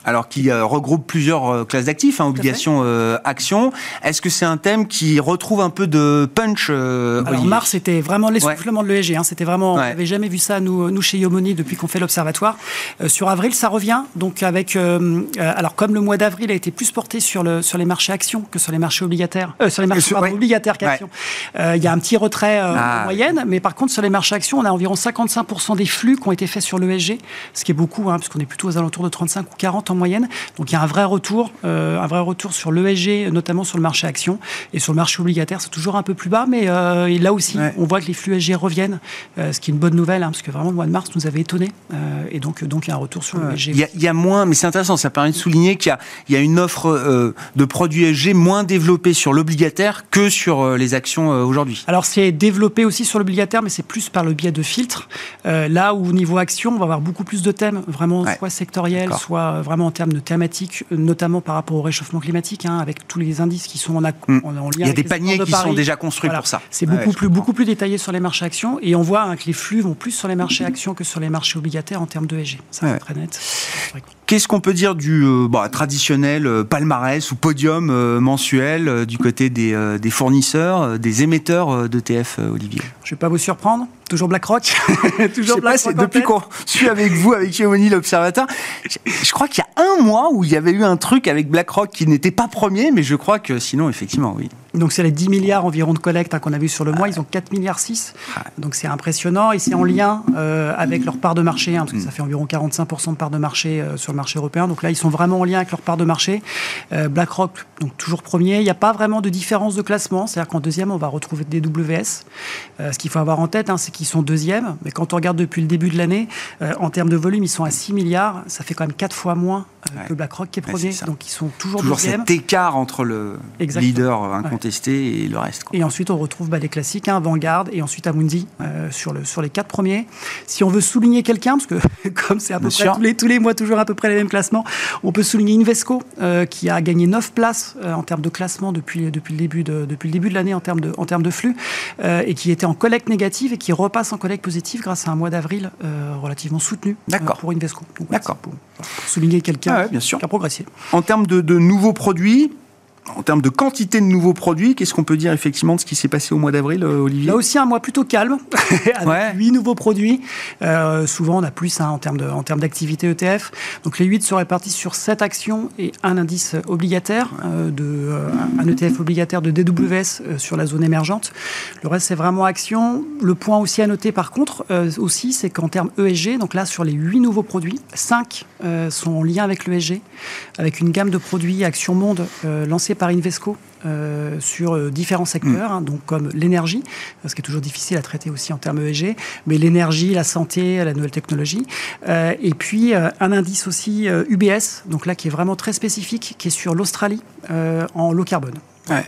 Alors qui euh, regroupe plusieurs euh, classes d'actifs, hein, obligations, euh, actions. Est-ce que c'est un thème qui retrouve un peu de punch euh, Alors Olivier? mars, c'était vraiment l'essoufflement ouais. de l'E S G. Hein. C'était vraiment, ouais. on n'avait jamais vu ça nous, nous chez Yomoni depuis qu'on fait l'observatoire. Euh, sur avril, ça revient. Donc avec, euh, euh, alors comme le mois d'avril a été plus porté sur le sur les marchés actions que sur les marchés obligataires, euh, sur les marchés sur, pardon, ouais. obligataires qu'actions. Il ouais. euh, y a un petit retrait euh, ah, en moyenne, mais par contre sur les marchés actions, on a environ cinquante-cinq pour cent des flux qui ont été faits sur l'E S G, ce qui est beaucoup, hein, puisqu'on est plutôt aux alentours de trente-cinq ou quarante en moyenne. Donc il y a un vrai retour, euh, un vrai retour sur l'E S G, notamment sur le marché actions, et sur le marché obligataire, c'est toujours un peu plus bas, mais euh, là aussi, ouais. on voit que les flux E S G reviennent, euh, ce qui est une bonne nouvelle, hein, parce que vraiment le mois de mars nous avait étonnés, euh, et donc donc il y a un retour sur ouais. l'E S G. Il y, a, il y a moins, mais c'est intéressant, ça permet de souligner qu'il y a, il y a une offre euh, de produits E S G moins développée sur l'obligataire que sur euh, les actions euh, aujourd'hui. Alors c'est développé aussi sur l'obligataire, mais c'est plus par le biais de filtres. Euh, là où au niveau action, on va avoir beaucoup plus de thèmes, vraiment ouais. soit sectoriels, D'accord. soit vraiment en termes de thématiques, notamment par rapport au réchauffement climatique, hein, avec tous les indices qui sont en, a, mmh. en, en lien. Il y a des paniers qui sont déjà construits voilà. pour ça. C'est beaucoup, ouais, plus, beaucoup plus détaillé sur les marchés actions, et on voit hein, que les flux vont plus sur les marchés actions que sur les marchés obligataires en termes de E S G. Ça, ouais. c'est très net. Qu'est-ce qu'on peut dire du euh, bah, traditionnel euh, palmarès ou podium euh, mensuel euh, du côté des, euh, des fournisseurs, euh, des émetteurs euh, d'E T F, euh, Olivier? Je ne vais pas vous surprendre. Toujours BlackRock. Toujours BlackRock. Depuis qu'on suit avec vous, avec Yomoni, l'observateur, je, je crois qu'il y a un mois où il y avait eu un truc avec BlackRock qui n'était pas premier, mais je crois que sinon, effectivement, oui. Donc c'est les dix milliards environ de collecte hein, qu'on a vu sur le mois, ils ont quatre virgule six milliards. Donc c'est impressionnant et c'est en lien euh, avec leur part de marché, hein, parce que ça fait environ quarante-cinq pour cent de part de marché euh, sur le marché européen. Donc là, ils sont vraiment en lien avec leur part de marché. Euh, BlackRock, donc toujours premier. Il n'y a pas vraiment de différence de classement, c'est-à-dire qu'en deuxième, on va retrouver D W S. Euh, ce qu'il faut avoir en tête, hein, c'est qu'ils sont deuxième, mais quand on regarde depuis le début de l'année, euh, en termes de volume, ils sont à six milliards. Ça fait quand même quatre fois moins euh, ouais. que BlackRock qui est premier. Ouais, donc ils sont toujours, toujours deuxième. Toujours cet écart entre le Exactement. leader incontesté ouais. et le reste. Quoi. Et ensuite, on retrouve bah, les classiques, hein, Vanguard et ensuite Amundi euh, sur, le, sur les quatre premiers. Si on veut souligner quelqu'un, parce que comme c'est à peu Bien près tous les, tous les mois toujours à peu près les mêmes classements, on peut souligner Invesco euh, qui a gagné neuf places euh, en termes de classement depuis, depuis, le, début de, depuis le début de l'année en termes de, en termes de flux euh, et qui était en collecte négative et qui repasse en collecte positive grâce à un mois d'avril euh, relativement soutenu euh, pour Invesco. Donc, D'accord. Pour, pour souligner quelqu'un ah ouais, bien sûr. qui a progressé. En termes de, de nouveaux produits, en termes de quantité de nouveaux produits, qu'est-ce qu'on peut dire effectivement de ce qui s'est passé au mois d'avril, Olivier? Là aussi, un mois plutôt calme, avec ouais. huit nouveaux produits. Euh, souvent, on a plus hein, en termes de, en termes d'activité E T F. Donc, les huit se répartissent sur sept actions et un indice obligataire, euh, de, euh, un E T F obligataire de D W S euh, sur la zone émergente. Le reste, c'est vraiment actions. Le point aussi à noter, par contre, euh, aussi, c'est qu'en termes E S G, donc là, sur les huit nouveaux produits, cinq euh, sont en lien avec l'E S G, avec une gamme de produits Action Monde euh, lancée par Invesco euh, sur euh, différents secteurs, mmh. hein, donc comme l'énergie, ce qui est toujours difficile à traiter aussi en termes E S G, mais l'énergie, la santé, la nouvelle technologie, euh, et puis euh, un indice aussi euh, U B S, donc là qui est vraiment très spécifique, qui est sur l'Australie euh, en low carbone. Ouais.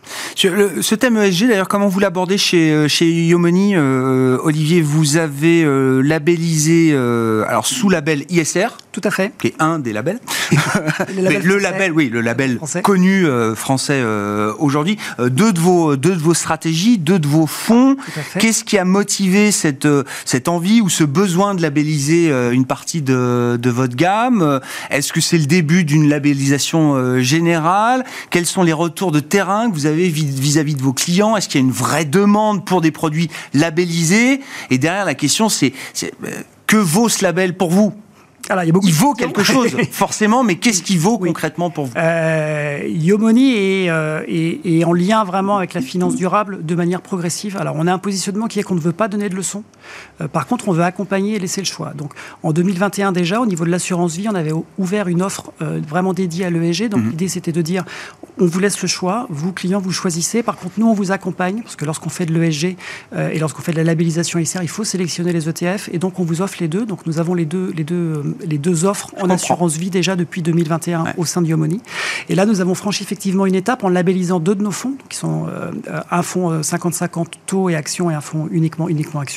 Le, ce thème E S G, d'ailleurs, comment vous l'abordez chez, chez Yomoni, euh, Olivier? Vous avez euh, labellisé, euh, alors sous label I S R. Tout à fait. Qui est un des labels. Mais le label, oui, le label français. connu euh, français euh, aujourd'hui. Euh, deux de vos, deux de vos stratégies, deux de vos fonds. Qu'est-ce qui a motivé cette, cette envie ou ce besoin de labelliser euh, une partie de, de votre gamme? Est-ce que c'est le début d'une labellisation euh, générale? Quels sont les retours de terrain que vous avez vis-à-vis de vos clients? Est-ce qu'il y a une vraie demande pour des produits labellisés? Et derrière, la question, c'est, c'est euh, que vaut ce label pour vous? Alors, il y a beaucoup il vaut quelque chose, forcément, mais qu'est-ce qui vaut oui. concrètement pour vous? euh, Yomoni est, euh, est, est en lien vraiment avec la finance durable de manière progressive. Alors, on a un positionnement qui est qu'on ne veut pas donner de leçons. Euh, par contre, on veut accompagner et laisser le choix. Donc, en deux mille vingt et un déjà, au niveau de l'assurance vie, on avait ouvert une offre euh, vraiment dédiée à l'E S G. Donc, mmh. l'idée, c'était de dire, on vous laisse le choix, vous, clients, vous choisissez. Par contre, nous, on vous accompagne, parce que lorsqu'on fait de l'E S G euh, et lorsqu'on fait de la labellisation I S R, il faut sélectionner les E T F. Et donc, on vous offre les deux. Donc, nous avons les deux, les deux, les deux offres en assurance vie déjà depuis deux mille vingt et un ouais. au sein de Yomoni. Et là, nous avons franchi effectivement une étape en labellisant deux de nos fonds, qui sont euh, un fonds cinquante cinquante taux et actions et un fonds uniquement, uniquement actions.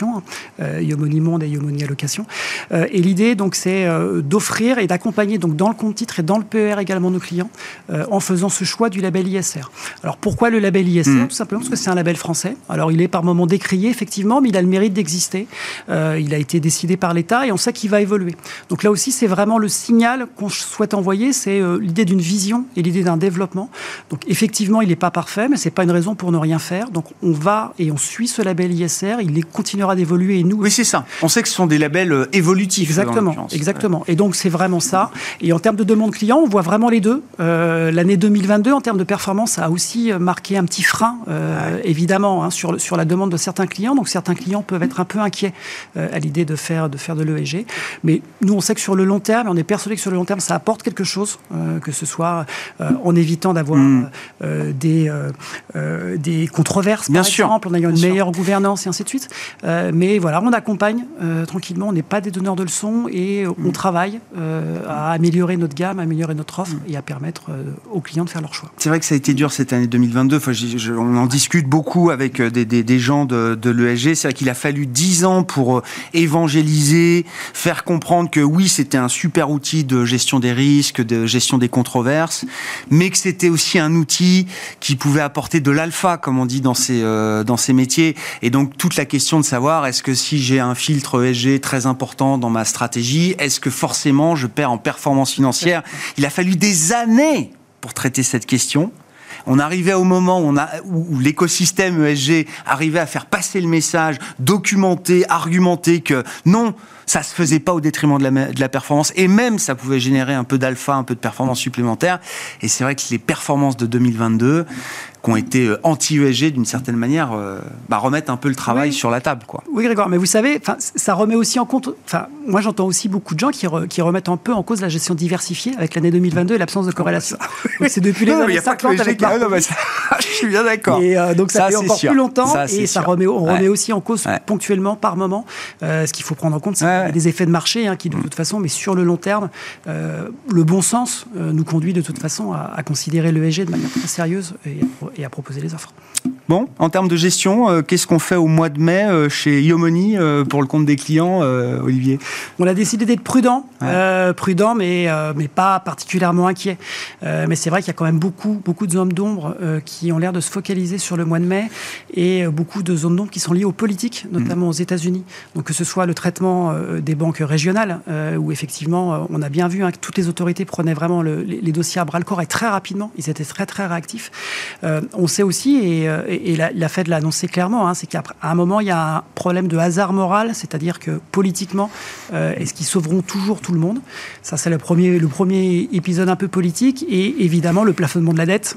euh, Yomoni Monde et Yomoni Allocation. Euh, et l'idée, donc, c'est euh, d'offrir et d'accompagner donc, dans le compte titre et dans le P E R également nos clients euh, en faisant ce choix du label I S R. Alors, pourquoi le label I S R ? mmh. Tout simplement parce que c'est un label français. Alors, il est par moments décrié, effectivement, mais il a le mérite d'exister. Euh, il a été décidé par l'État et on sait qu'il va évoluer. Donc là aussi, c'est vraiment le signal qu'on souhaite envoyer, c'est euh, l'idée d'une vision et l'idée d'un développement. Donc effectivement, il n'est pas parfait, mais ce n'est pas une raison pour ne rien faire. Donc on va et on suit ce label I S R, il continuera d'évoluer et nous... Oui, c'est ça. On sait que ce sont des labels euh, évolutifs. Exactement, exactement. Ouais. Et donc c'est vraiment ça. Et en termes de demande client, on voit vraiment les deux. Euh, l'année deux mille vingt-deux, en termes de performance, a aussi marqué un petit frein, euh, ouais. évidemment, hein, sur, sur la demande de certains clients. Donc certains clients peuvent être un peu inquiets euh, à l'idée de faire, de faire de l'E S G. Mais nous, on sait que sur le long terme, on est persuadé que sur le long terme, ça apporte quelque chose, euh, que ce soit euh, en évitant d'avoir mmh. euh, des, euh, euh, des controverses, Bien par sûr. exemple, en ayant Bien une sûr. meilleure gouvernance et ainsi de suite. Euh, mais voilà, on accompagne euh, tranquillement, on n'est pas des donneurs de leçons et mmh. on travaille euh, à améliorer notre gamme, à améliorer notre offre mmh. et à permettre euh, aux clients de faire leur choix. C'est vrai que ça a été dur cette année deux mille vingt-deux. Enfin, je, je, on en discute beaucoup avec des, des, des gens de, de l'E S G. C'est vrai qu'il a fallu dix ans pour évangéliser, faire comprendre que oui, c'était un super outil de gestion des risques, de gestion des controverses, mais que c'était aussi un outil qui pouvait apporter de l'alpha, comme on dit dans ces, euh, dans ces métiers. Et donc, toute la question de savoir, est-ce que si j'ai un filtre E S G très important dans ma stratégie, est-ce que forcément je perds en performance financière ? Il a fallu des années pour traiter cette question. On arrivait au moment où, on a, où l'écosystème E S G arrivait à faire passer le message, documenter, argumenter que non, ça se faisait pas au détriment de la, de la performance, et même ça pouvait générer un peu d'alpha, un peu de performance supplémentaire. Et c'est vrai que les performances de deux mille vingt-deux, qui ont été anti-E S G d'une certaine manière, euh, bah, remettent un peu le travail oui. sur la table, quoi. Oui, Grégoire, mais vous savez, ça remet aussi en compte... Moi, j'entends aussi beaucoup de gens qui, re, qui remettent un peu en cause la gestion diversifiée avec l'année deux mille vingt-deux et l'absence de corrélation. Oui. C'est depuis les non, années cinquante avec Marc. Non, ça, je suis bien d'accord. Et euh, donc, ça, ça fait encore sûr. plus longtemps ça, et ça remet, on ouais. remet aussi en cause ouais. ponctuellement, par moment. Euh, ce qu'il faut prendre en compte, c'est ouais. des effets de marché hein, qui, de toute façon, mais sur le long terme, euh, le bon sens euh, nous conduit de toute façon à, à considérer l'E S G de manière très sérieuse et à, et à proposer les offres. Bon, en termes de gestion, euh, qu'est-ce qu'on fait au mois de mai euh, chez Yomoni euh, pour le compte des clients, euh, Olivier ? On a décidé d'être prudent, ouais. euh, prudent, mais euh, mais pas particulièrement inquiet. Euh, mais c'est vrai qu'il y a quand même beaucoup beaucoup de zones d'ombre euh, qui ont l'air de se focaliser sur le mois de mai et euh, beaucoup de zones d'ombre qui sont liées aux politiques, notamment mmh. aux États-Unis. Donc que ce soit le traitement euh, des banques régionales, euh, où effectivement euh, on a bien vu hein, que toutes les autorités prenaient vraiment le, les, les dossiers à bras le corps et très rapidement. Ils étaient très très réactifs. Euh, on sait aussi et euh, Et la, la Fed l'a annoncé clairement, hein, c'est qu'à un moment, il y a un problème de hasard moral, c'est-à-dire que politiquement, euh, est-ce qu'ils sauveront toujours tout le monde ? Ça, c'est le premier, le premier épisode un peu politique. Et évidemment, le plafonnement de la dette,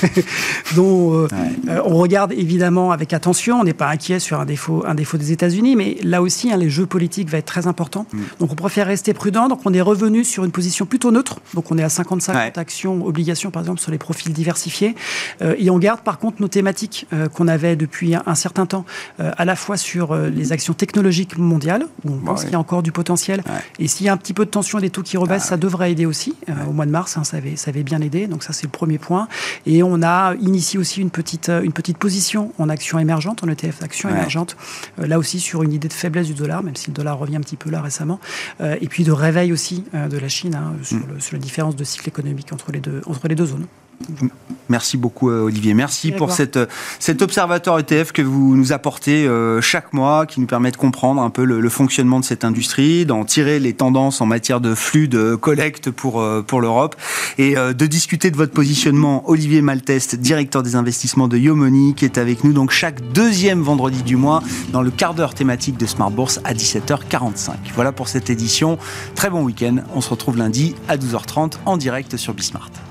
dont euh, ouais. euh, on regarde évidemment avec attention. On n'est pas inquiet sur un défaut, un défaut des États-Unis, mais là aussi, hein, les jeux politiques vont être très importants. Mmh. Donc, on préfère rester prudent. Donc, on est revenu sur une position plutôt neutre. Donc, on est à cinquante cinquante ouais. actions, obligations, par exemple, sur les profils diversifiés. Euh, et on garde, par contre, nos thématiques Euh, qu'on avait depuis un, un certain temps, euh, à la fois sur euh, les actions technologiques mondiales, où on bah pense ouais. qu'il y a encore du potentiel. Ouais. Et s'il y a un petit peu de tension et des taux qui rebaissent, ah, ça ouais. devrait aider aussi. Euh, ouais. Au mois de mars, hein, ça, avait, ça avait bien aidé. Donc ça, c'est le premier point. Et on a initié aussi une petite, une petite position en actions émergentes, en E T F actions ouais. émergentes. Euh, là aussi, sur une idée de faiblesse du dollar, même si le dollar revient un petit peu là récemment. Euh, et puis de réveil aussi euh, de la Chine hein, sur, mm. le, sur la différence de cycle économique entre les deux, entre les deux zones. Merci beaucoup Olivier, merci pour cette, cet observateur E T F que vous nous apportez euh, chaque mois, qui nous permet de comprendre un peu le, le fonctionnement de cette industrie, d'en tirer les tendances en matière de flux de collecte pour, euh, pour l'Europe et euh, de discuter de votre positionnement. Olivier Malteste, directeur des investissements de Yomoni, qui est avec nous donc chaque deuxième vendredi du mois dans le quart d'heure thématique de Smart Bourse à dix-sept heures quarante-cinq. Voilà pour cette édition, très bon week-end, on se retrouve lundi à douze heures trente en direct sur Bismart.